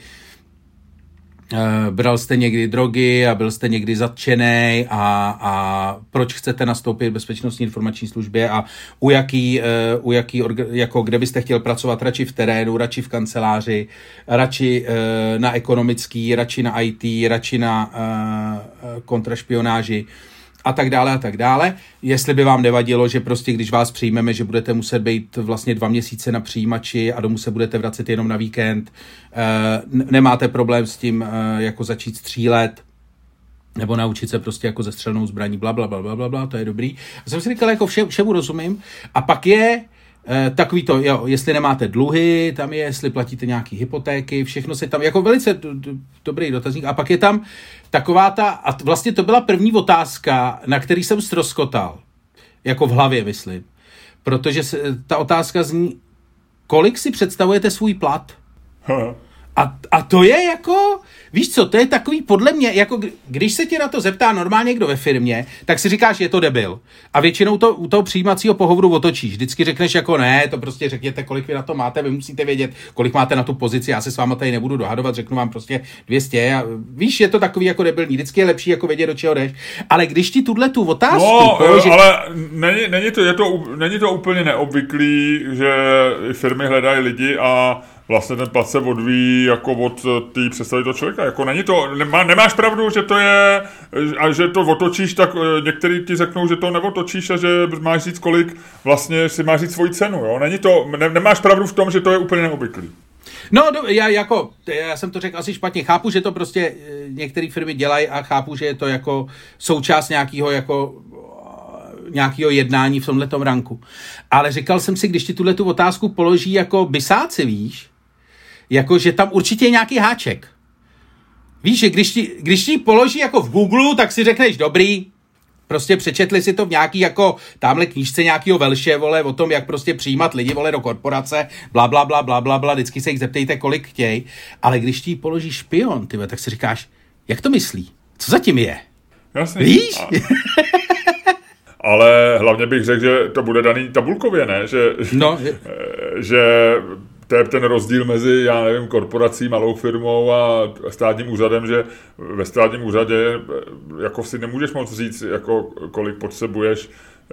bral jste někdy drogy a byl jste někdy zatčenej a proč chcete nastoupit v Bezpečnostní informační službě a u jaký jako kde byste chtěl pracovat, radši v terénu, radši v kanceláři, radši na ekonomický, radši na IT, radši na kontrašpionáži a tak dále. Jestli by vám nevadilo, že prostě když vás přijmeme, že budete muset být vlastně 2 měsíce na přijímači a domů se budete vracet jenom na víkend, nemáte problém s tím jako začít střílet, nebo naučit se prostě jako ze střelnou zbraní, blablabla, to je dobrý. A jsem si říkal, jako všemu rozumím. A pak je takový to, jo, jestli nemáte dluhy, tam je, jestli platíte nějaký hypotéky, všechno se tam, jako velice dobrý dotazník. A pak je tam taková a vlastně to byla první otázka, na který jsem ztroskotal. Jako v hlavě, myslím. Protože ta otázka zní, kolik si představujete svůj plat? A to je jako, víš co, to je takový podle mě, jako když se tě na to zeptá normálně někdo ve firmě, tak si říkáš, že je to debil. A většinou to u toho přijímacího pohovoru otočíš. Vždycky řekneš jako ne, to prostě řekněte, kolik vy na to máte, vy musíte vědět, kolik máte na tu pozici, já se s váma tady nebudu dohadovat, řeknu vám prostě 200 a víš, je to takový jako debilní, vždycky je lepší jako vědět, do čeho jdeš. Ale když ti tu otázku položí... ale není to úplně neobvyklý, že firmy hledají lidi a vlastně ten plat se odvíjí jako od té představy toho člověka. Jako není to, nemáš pravdu, že to je, a že to otočíš, tak některý ti řeknou, že to neotočíš a že máš říct, kolik vlastně si máš říct svoji cenu. Jo? Nemáš pravdu v tom, že to je úplně neobvyklý. No, já jsem to řekl asi špatně. Chápu, že to prostě některé firmy dělají a chápu, že je to jako součást nějakého jako nějakého jednání v tomhletom ranku. Ale říkal jsem si, když ti tu otázku položí jako bisáci, víš, jako že tam určitě je nějaký háček. Víš, že když ti položí jako v Google, tak si řekneš dobrý, prostě přečetli si to v nějaký jako tamhle knížce nějakýho Velše, vole, o tom, jak prostě přijímat lidi, vole, do korporace, bla, bla, bla, bla, bla, bla, vždycky se jich zeptejte, kolik chtěj, ale když ti položí špion, tyhle, tak si říkáš, jak to myslí? Co zatím je? Jasně. Víš? Ale hlavně bych řekl, že to bude daný tabulkově, ne? Že to je ten rozdíl mezi, já nevím, korporací, malou firmou a státním úřadem, že ve státním úřadě jako si nemůžeš moc říct, jako kolik potřebuješ,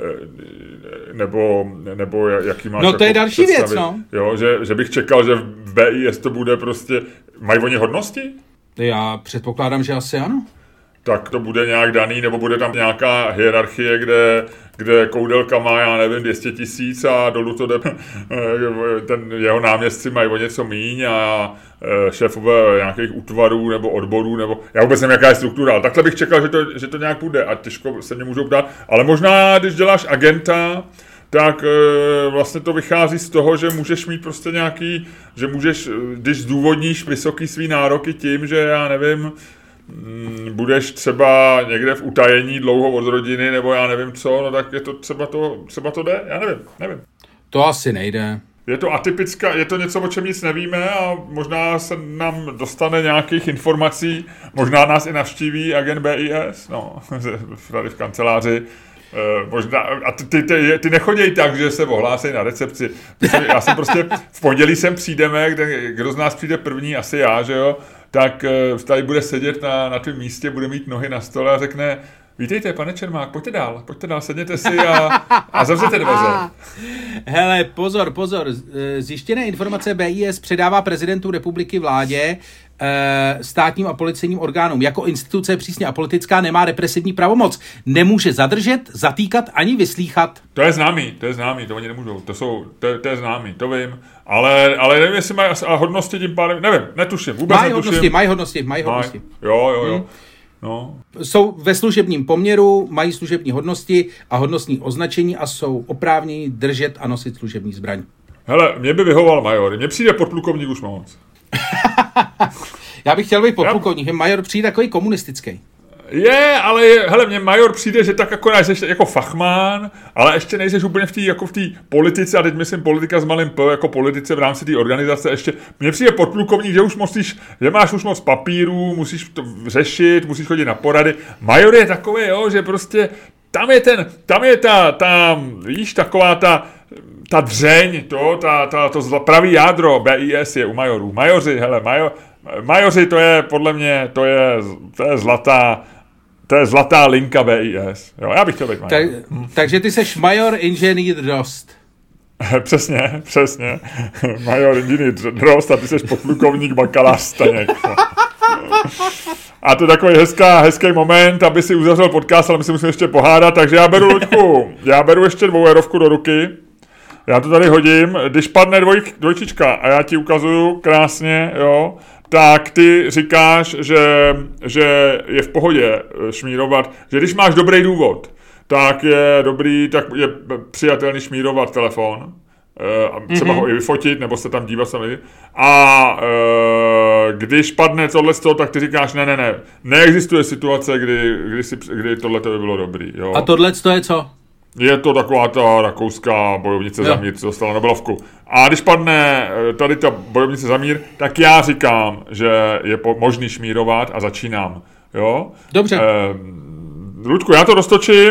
nebo jaký máš. No to jako je další představy. věc, no. Jo, že bych čekal, že v BIS to bude prostě, mají oni hodnosti? Já předpokládám, že asi ano. Tak to bude nějak daný, nebo bude tam nějaká hierarchie, kde Koudelka má, já nevím, 200 000 a dolů to jde, ten jeho náměstci mají o něco míň a šéfové nějakých útvarů nebo odborů, nebo já vůbec nevím, jaká je struktura, ale takhle bych čekal, že to nějak bude a těžko se mě můžou ptát, ale možná, když děláš agenta, tak vlastně to vychází z toho, že můžeš mít prostě nějaký, že můžeš, když zdůvodníš vysoký svý nároky tím, že já nevím, budeš třeba někde v utajení dlouho od rodiny, nebo já nevím co, no tak je to třeba to jde, já nevím. To asi nejde. Je to atypická, je to něco, o čem nic nevíme a možná se nám dostane nějakých informací, možná nás i navštíví agent BIS, no, tady v kanceláři. Možná, a ty nechoděj tak, že se ohlásejí na recepci. Já jsem prostě, v pondělí sem přijdeme, kdo z nás přijde první, asi já, že jo, tak tady bude sedět na tvém místě, bude mít nohy na stole a řekne: vítejte, pane Čermák, pojďte dál, sedněte si a zavřete dveře. Hele, pozor, zjištěné informace BIS předává prezidentu republiky, vládě, státním a policejním orgánům. Jako instituce přísně apolitická nemá represivní pravomoc. Nemůže zadržet, zatýkat ani vyslýchat. To je známý, to oni nemůžou. To je známý, to vím. Ale nevím, jestli mají hodnosti tím pádem, nevím, netuším, vůbec netuším. Mají hodnosti. Jo. No. Jsou ve služebním poměru, mají služební hodnosti a hodnostní označení a jsou oprávněni držet a nosit služební zbraň. Hele, mě by vyhoval major, mně přijde podplukovník už moc. Já bych chtěl být podplukovník, major přijde takový komunistický. Ale hele, mně major přijde, že tak jako jsi jako fachmán, ale ještě nejseš úplně v té politice, a teď myslím politika s malým P, jako politice v rámci té organizace, ještě mně přijde podplukovník, že máš už moc papírů, musíš to řešit, musíš chodit na porady. Major je takový, jo, že prostě tam je ta víš, taková ta dřeň, to pravý jádro BIS je u majorů. Majoři, to je podle mě, to je zlatá linka BIS. Jo, já bych chtěl být major. Takže ty seš major inženýr Drost. Přesně. Major inženýr Drost a ty seš podplukovník bakalář Staněk. A to je takový hezký moment, aby si uzavřel podcast, ale my si musíme ještě pohádat, takže já beru, Luďku, ještě 2 eurovku do ruky. Já to tady hodím, když padne dvojčička a já ti ukazuju krásně, jo, tak ty říkáš, že je v pohodě šmírovat, že když máš dobrý důvod, tak je přijatelný šmírovat telefon, třeba ho i vyfotit, nebo se tam dívat sami. A když padne tohleto, tak ty říkáš, ne, neexistuje situace, kdy tohleto by bylo dobrý. Jo. A tohleto je co? Je to taková ta rakouská bojovnice za mír, co dostala Nobelovku. A když padne tady ta bojovnice za mír, tak já říkám, že je možný šmírovat a začínám. Jo? Dobře. Luďku, já to roztočím.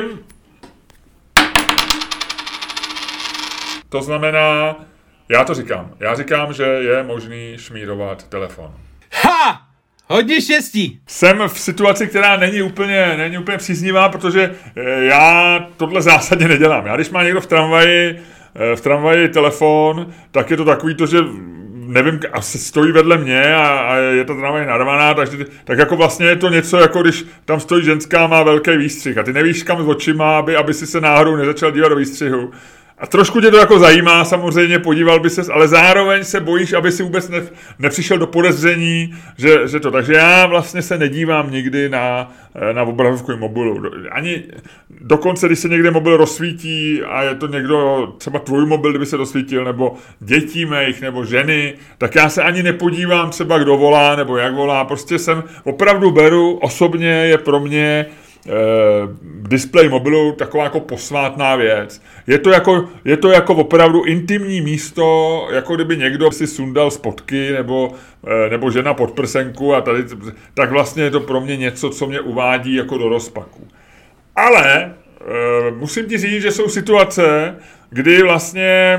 To znamená, já říkám, že je možný šmírovat telefon. Ha! Hodně štěstí. Jsem v situaci, která není úplně příznivá, protože já tohle zásadně nedělám. Já když má někdo v tramvaji telefon, tak je to takový to, že nevím, asi stojí vedle mě a je ta tramvaj narvaná, tak jako vlastně je to něco, jako když tam stojí ženská, má velký výstřih a ty nevíš kam s očima, aby si se náhodou nezačal dívat do výstřihu. A trošku tě to jako zajímá, samozřejmě podíval by ses, ale zároveň se bojíš, aby si vůbec nepřišel do podezření, že to. Takže já vlastně se nedívám nikdy na obrazovku mobilu. Ani dokonce, když se někde mobil rozsvítí a je to někdo, třeba tvůj mobil, kdyby se rozsvítil, nebo dětí mých, nebo ženy, tak já se ani nepodívám třeba, kdo volá, nebo jak volá. Prostě jsem opravdu beru, osobně je pro mě displej mobilu taková jako posvátná věc. Je to jako opravdu intimní místo, jako kdyby někdo si sundal spotky nebo žena pod prsenku a tady, tak vlastně je to pro mě něco, co mě uvádí jako do rozpaku. Ale musím ti říct, že jsou situace, kdy vlastně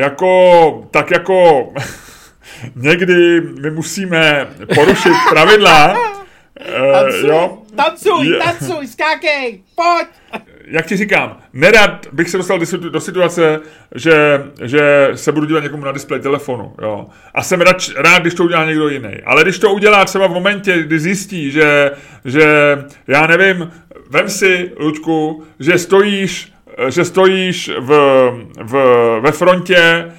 jako někdy my musíme porušit pravidla. Tancuj, skákej, pojď! Jak ti říkám, nerad bych se dostal do situace, že se budu dívat někomu na displej telefonu, jo. A jsem rád, když to udělá někdo jiný. Ale když to udělá třeba v momentě, kdy zjistí, že já nevím, vem si, Luďku, že stojíš ve frontě,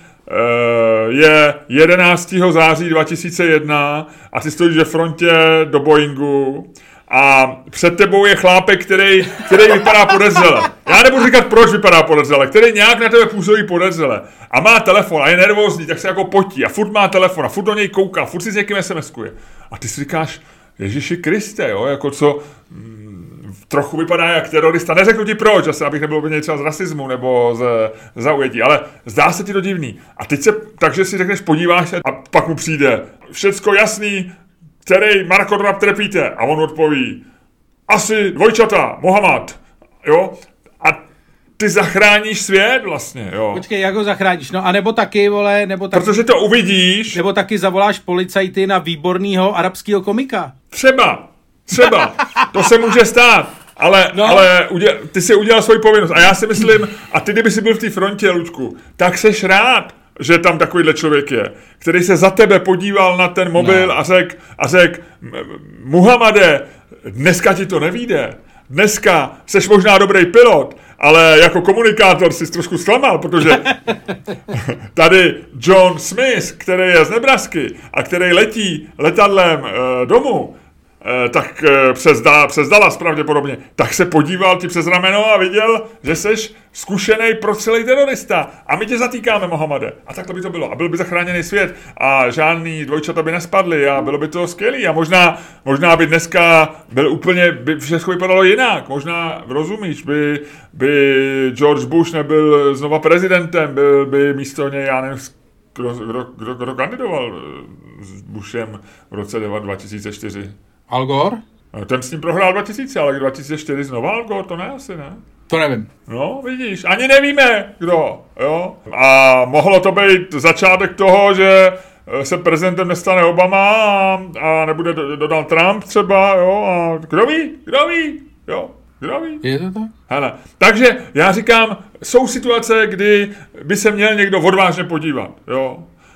je 11. září 2001 a ty stojíš ve frontě do Boeingu a před tebou je chlápek, který vypadá podezřele. Já nebudu říkat, proč vypadá podezřele, který nějak na tebe působí podezřele a má telefon a je nervózní, tak se jako potí a furt má telefon a furt do něj kouká, furt si s někým SMS-kuje. A ty si říkáš, Ježiši Kriste, jo, jako co... trochu vypadá jak terorista. Neřeknu ti proč, zase, abych nebyl úplně třeba z rasismu nebo z zaujetí, ale zdá se ti to divný. A teď takže si řekneš, podíváš se a pak mu přijde všecko jasný, který Marko Drab trepíte. A on odpoví, asi dvojčata, Mohamed, jo. A ty zachráníš svět vlastně, jo. Počkej, jak ho zachráníš? No a nebo taky, vole, protože to uvidíš. Nebo taky zavoláš policajty na výborného arabského komika. Třeba, to se může stát, ale ty si udělal svoji povinnost a já si myslím, a ty kdyby si byl v té frontě, Luďku, tak seš rád, že tam takovýhle člověk je, který se za tebe podíval na ten mobil a řek, Muhammade, dneska ti to nevyjde, dneska seš možná dobrý pilot, ale jako komunikátor jsi trošku zklamal, protože tady John Smith, který je z Nebrasky a který letí letadlem domů, tak přes Dallas pravděpodobně, tak se podíval ti přes rameno a viděl, že seš zkušený prostřelej terorista. A my tě zatýkáme, Mohamede. A takhle by to bylo. A byl by zachráněný svět. A žádný dvojčata by nespadly. A bylo by to skvělý. A možná by dneska by všechno vypadalo jinak. Možná, rozumíš, by George Bush nebyl znova prezidentem. Byl by místo něj, já nevím, kdo kandidoval s Bushem v roce 2004. Al Gore? Ten s ním prohrál 2000, ale 2004 znova Al Gore, to ne asi, ne? To nevím. No, vidíš, ani nevíme, kdo, jo? A mohlo to být začátek toho, že se prezidentem nestane Obama a nebude Donald Trump třeba, jo? A kdo ví, jo? Kdo ví? Je to tak? Hele, takže já říkám, jsou situace, kdy by se měl někdo odvážně podívat, jo?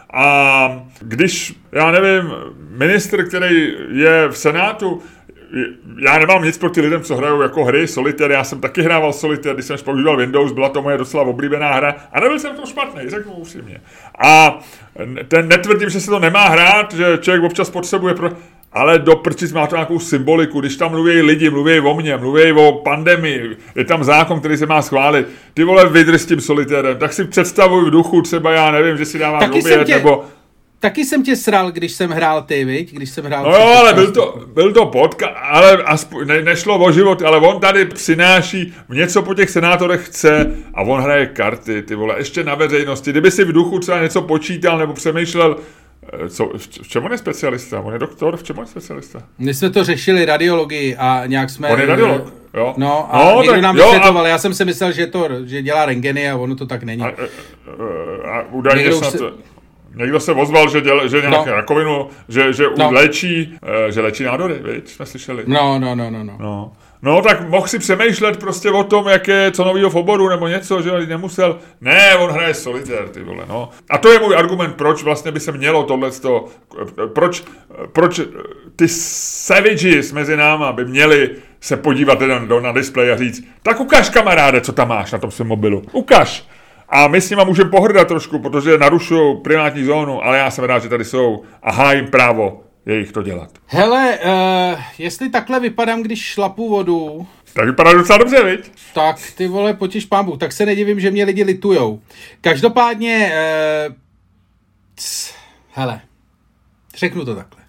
A když, já nevím, ministr, který je v Senátu, já nemám nic proti lidem, co hrajou jako hry, Solitaire, já jsem taky hrával Solitaire, když jsem používal Windows, byla to moje docela oblíbená hra a nebyl jsem to špatný, řeknu upřímně. A netvrdím, že se to nemá hrát, že člověk občas potřebuje ale do prčic má to nějakou symboliku, když tam mluví lidi, mluví o mně, mluví o pandemii, je tam zákon, který se má schválit. Ty vole, vydrž s tím Solitérem, tak si představuj v duchu třeba, já nevím, že si dáváš oběd, nebo... Taky jsem tě sral, když jsem hrál ty, viď? Když jsem hrál... No jo, ale byl to podcast, ale nešlo o život, ale on tady přináší něco po těch senátorech chce a on hraje karty, ty vole, ještě na veřejnosti. Kdyby si v duchu třeba něco počítal nebo přemýšlel, v čem on je specialista? On je doktor, v čem on je specialista? My jsme to řešili radiologii a nějak jsme... On je radiolog, jo. No a někdo nám vysvětloval, já jsem si myslel, že dělá rengeny a ono to tak není. A údajně snad... Někdo se ozval, že nějaké rakovinu, že léčí nádory, viď? Jsme slyšeli. No, tak mohl si přemýšlet prostě o tom, co novýho v oboru, nebo něco, že nemusel. Ne, on hraje Solitaire, ty vole, no. A to je můj argument, proč vlastně by se mělo tohleto, proč ty savages mezi náma by měli se podívat na displej a říct, tak ukaž, kamaráde, co tam máš na tom svém mobilu, ukaž. A my s nima můžeme pohrdat trošku, protože narušují privátní zónu, ale já jsem rád, že tady jsou a hájím právo jejich to dělat. Hele, jestli takhle vypadám, když šlapu vodu... Tak vypadá docela dobře, viď? Tak ty vole, potěš pán Bůh, tak se nedivím, že mě lidi litujou. Každopádně, hele, řeknu to takhle.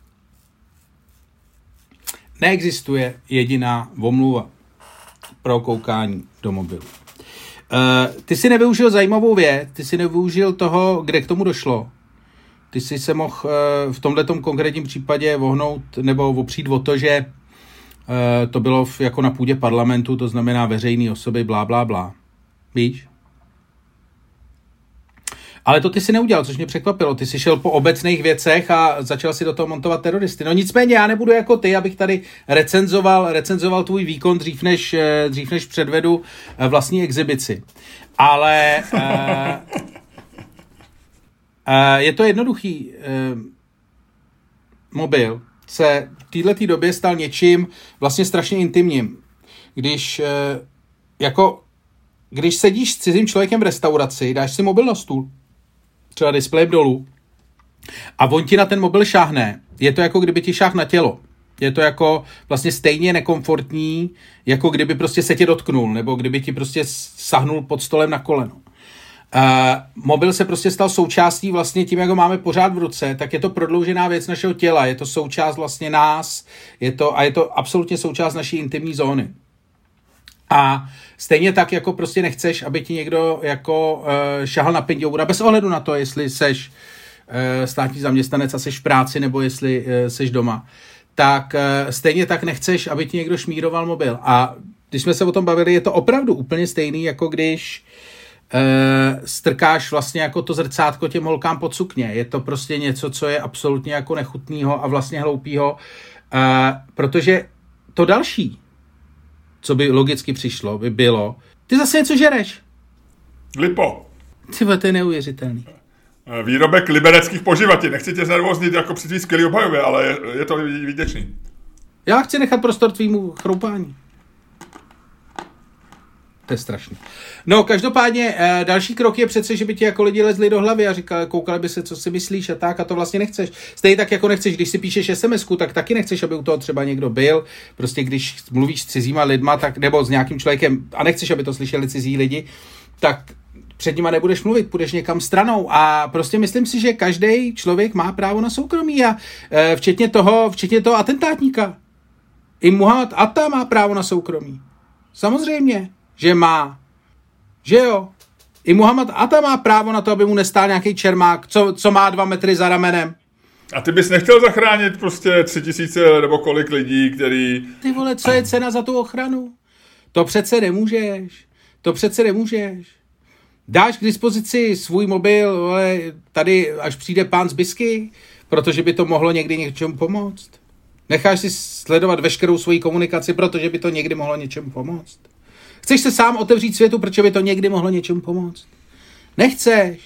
Neexistuje jediná omluva pro koukání do mobilu. Ty si nevyužil zajímavou věc, ty si nevyužil toho, kde k tomu došlo. Ty si se mohl v tomhletom konkrétním případě vohnout nebo opřít o to, že to bylo jako na půdě parlamentu, to znamená veřejné osoby, blá, blá, blá. Víš? Ale to ty si neudělal, což mě překvapilo. Ty jsi šel po obecných věcech a začal si do toho montovat teroristy. No nicméně já nebudu jako ty, abych tady recenzoval tvůj výkon dřív než předvedu vlastní exibici. Ale je to jednoduchý. Mobil se v této době stal něčím vlastně strašně intimním. Když sedíš s cizím člověkem v restauraci, dáš si mobil na stůl, třeba displejem dolů, a on ti na ten mobil šáhne, je to jako kdyby ti šáhl na tělo. Je to jako vlastně stejně nekomfortní, jako kdyby prostě se tě dotknul, nebo kdyby ti prostě sahnul pod stolem na koleno. Mobil se prostě stal součástí vlastně tím, jak ho máme pořád v ruce, tak je to prodloužená věc našeho těla, je to součást vlastně nás, je to absolutně součást naší intimní zóny. A stejně tak, jako prostě nechceš, aby ti někdo jako šahal na pindoura, bez ohledu na to, jestli seš státní zaměstnanec a seš v práci, nebo jestli seš doma, tak stejně tak nechceš, aby ti někdo šmíroval mobil. A když jsme se o tom bavili, je to opravdu úplně stejný, jako když strkáš vlastně jako to zrcátko těm holkám pod sukně. Je to prostě něco, co je absolutně jako nechutnýho a vlastně hloupýho, protože to další, co by logicky přišlo, by bylo, ty zase něco žereš. Lipo. Tyba, to je neuvěřitelný. Výrobek libereckých poživatin. Nechci tě znervoznit jako při tvý skvělý obhajově, ale je to výděčný. Já chci nechat prostor tvýmu chroupání. To je strašný. No, každopádně další krok je přece, že by ti jako lidi lezli do hlavy a koukali by se, co si myslíš a tak, a to vlastně nechceš. Stejně tak, jako nechceš, když si píšeš SMS-ku, tak taky nechceš, aby u toho třeba někdo byl. Prostě když mluvíš s cizíma lidma, tak, nebo s nějakým člověkem a nechceš, aby to slyšeli cizí lidi, tak před nima nebudeš mluvit, půjdeš někam stranou a prostě myslím si, že každý člověk má právo na soukromí a včetně toho atentátníka. I Muhammad Atta má právo na soukromí. Samozřejmě, že má. Že jo? I Muhammad Atta má právo na to, aby mu nestál nějaký čermák, co má 2 metry za ramenem. A ty bys nechtěl zachránit prostě 3000 nebo kolik lidí, který... Ty vole, co je cena za tu ochranu? To přece nemůžeš. Dáš k dispozici svůj mobil, vole, tady až přijde pán z Bisky, protože by to mohlo někdy něčemu pomoct. Necháš si sledovat veškerou svoji komunikaci, protože by to někdy mohlo něčemu pomoct. Chceš se sám otevřít světu, protože by to někdy mohlo něčemu pomoct. Nechceš.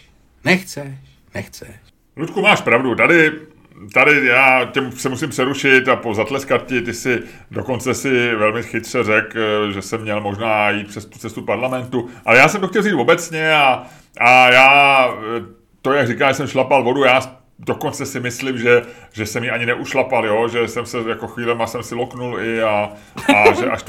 Ludku, máš pravdu, tady já tě se musím přerušit a zatleskat ti, ty si dokonce si velmi chytře řekl, že jsem měl možná jít přes tu cestu parlamentu, ale já jsem to chtěl říct obecně a já, to jak říkáš, jsem šlapal vodu, já dokonce si myslím, že jsem ji ani neušlapal, jo? Že jsem se jako chvílema jsem si loknul i a že až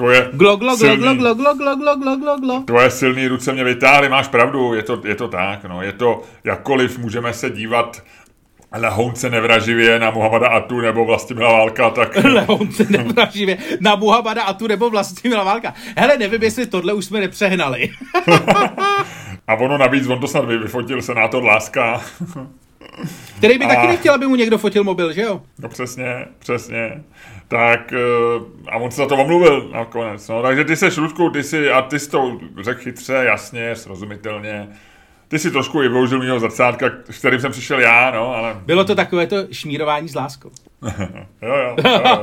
tvoje silný ruce mě vytáhly, máš pravdu, je to tak, no, je to, jakkoliv můžeme se dívat lehounce nevraživě na Muhammada Attu nebo Vlastimila Válka, tak... Lehounce nevraživě na Muhammada Attu nebo Vlastimila Válka. Hele, nevím, jestli tohle už jsme nepřehnali. A ono navíc, on to snad vyfotil senátor Láska. Který by taky nechtěl, aby mu někdo fotil mobil, že jo? No přesně. Tak a on se za to omluvil nakonec. No, takže ty seš, Ludku, ty jsi to řekl chytře, jasně, srozumitelně. Ty si trošku i využil mýho zrcátka, s kterým jsem přišel já, no, ale... Bylo to takové to šmírování s láskou. Jo.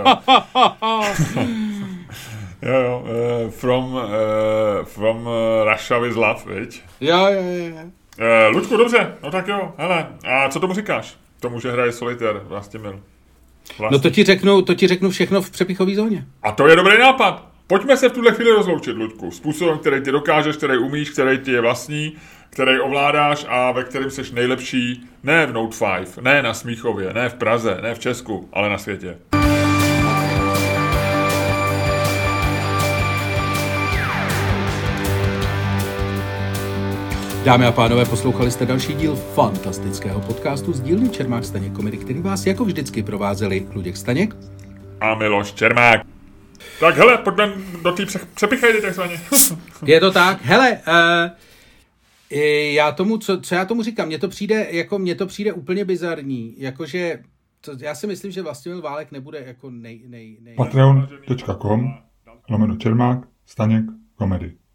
From Russia with love, viď? Jo. Ludku, dobře, no tak jo, hele, a co tomu říkáš? Tomu, že hraje solitér, Vlastimil. No to ti řeknu všechno v přepichové zóně. A to je dobrý nápad. Pojďme se v tuhle chvíli rozloučit, Ludku. Způsobem, který ty dokážeš, který umíš, který ti je vlastní, který ovládáš a ve kterém jsi nejlepší ne v Note 5, ne na Smíchově, ne v Praze, ne v Česku, ale na světě. Dámy a pánové, poslouchali jste další díl fantastického podcastu z dílny Čermák Staněk Komedy, který vás jako vždycky provázeli Luděk Staněk a Miloš Čermák. Tak hele, pojďme do té přepichajdy takzvaně. Je to tak. Hele, co já tomu říkám, mně to přijde úplně bizarní, jakože já si myslím, že Vlastimil Válek nebude jako Patreon.com/Čermák Staněk Komedy.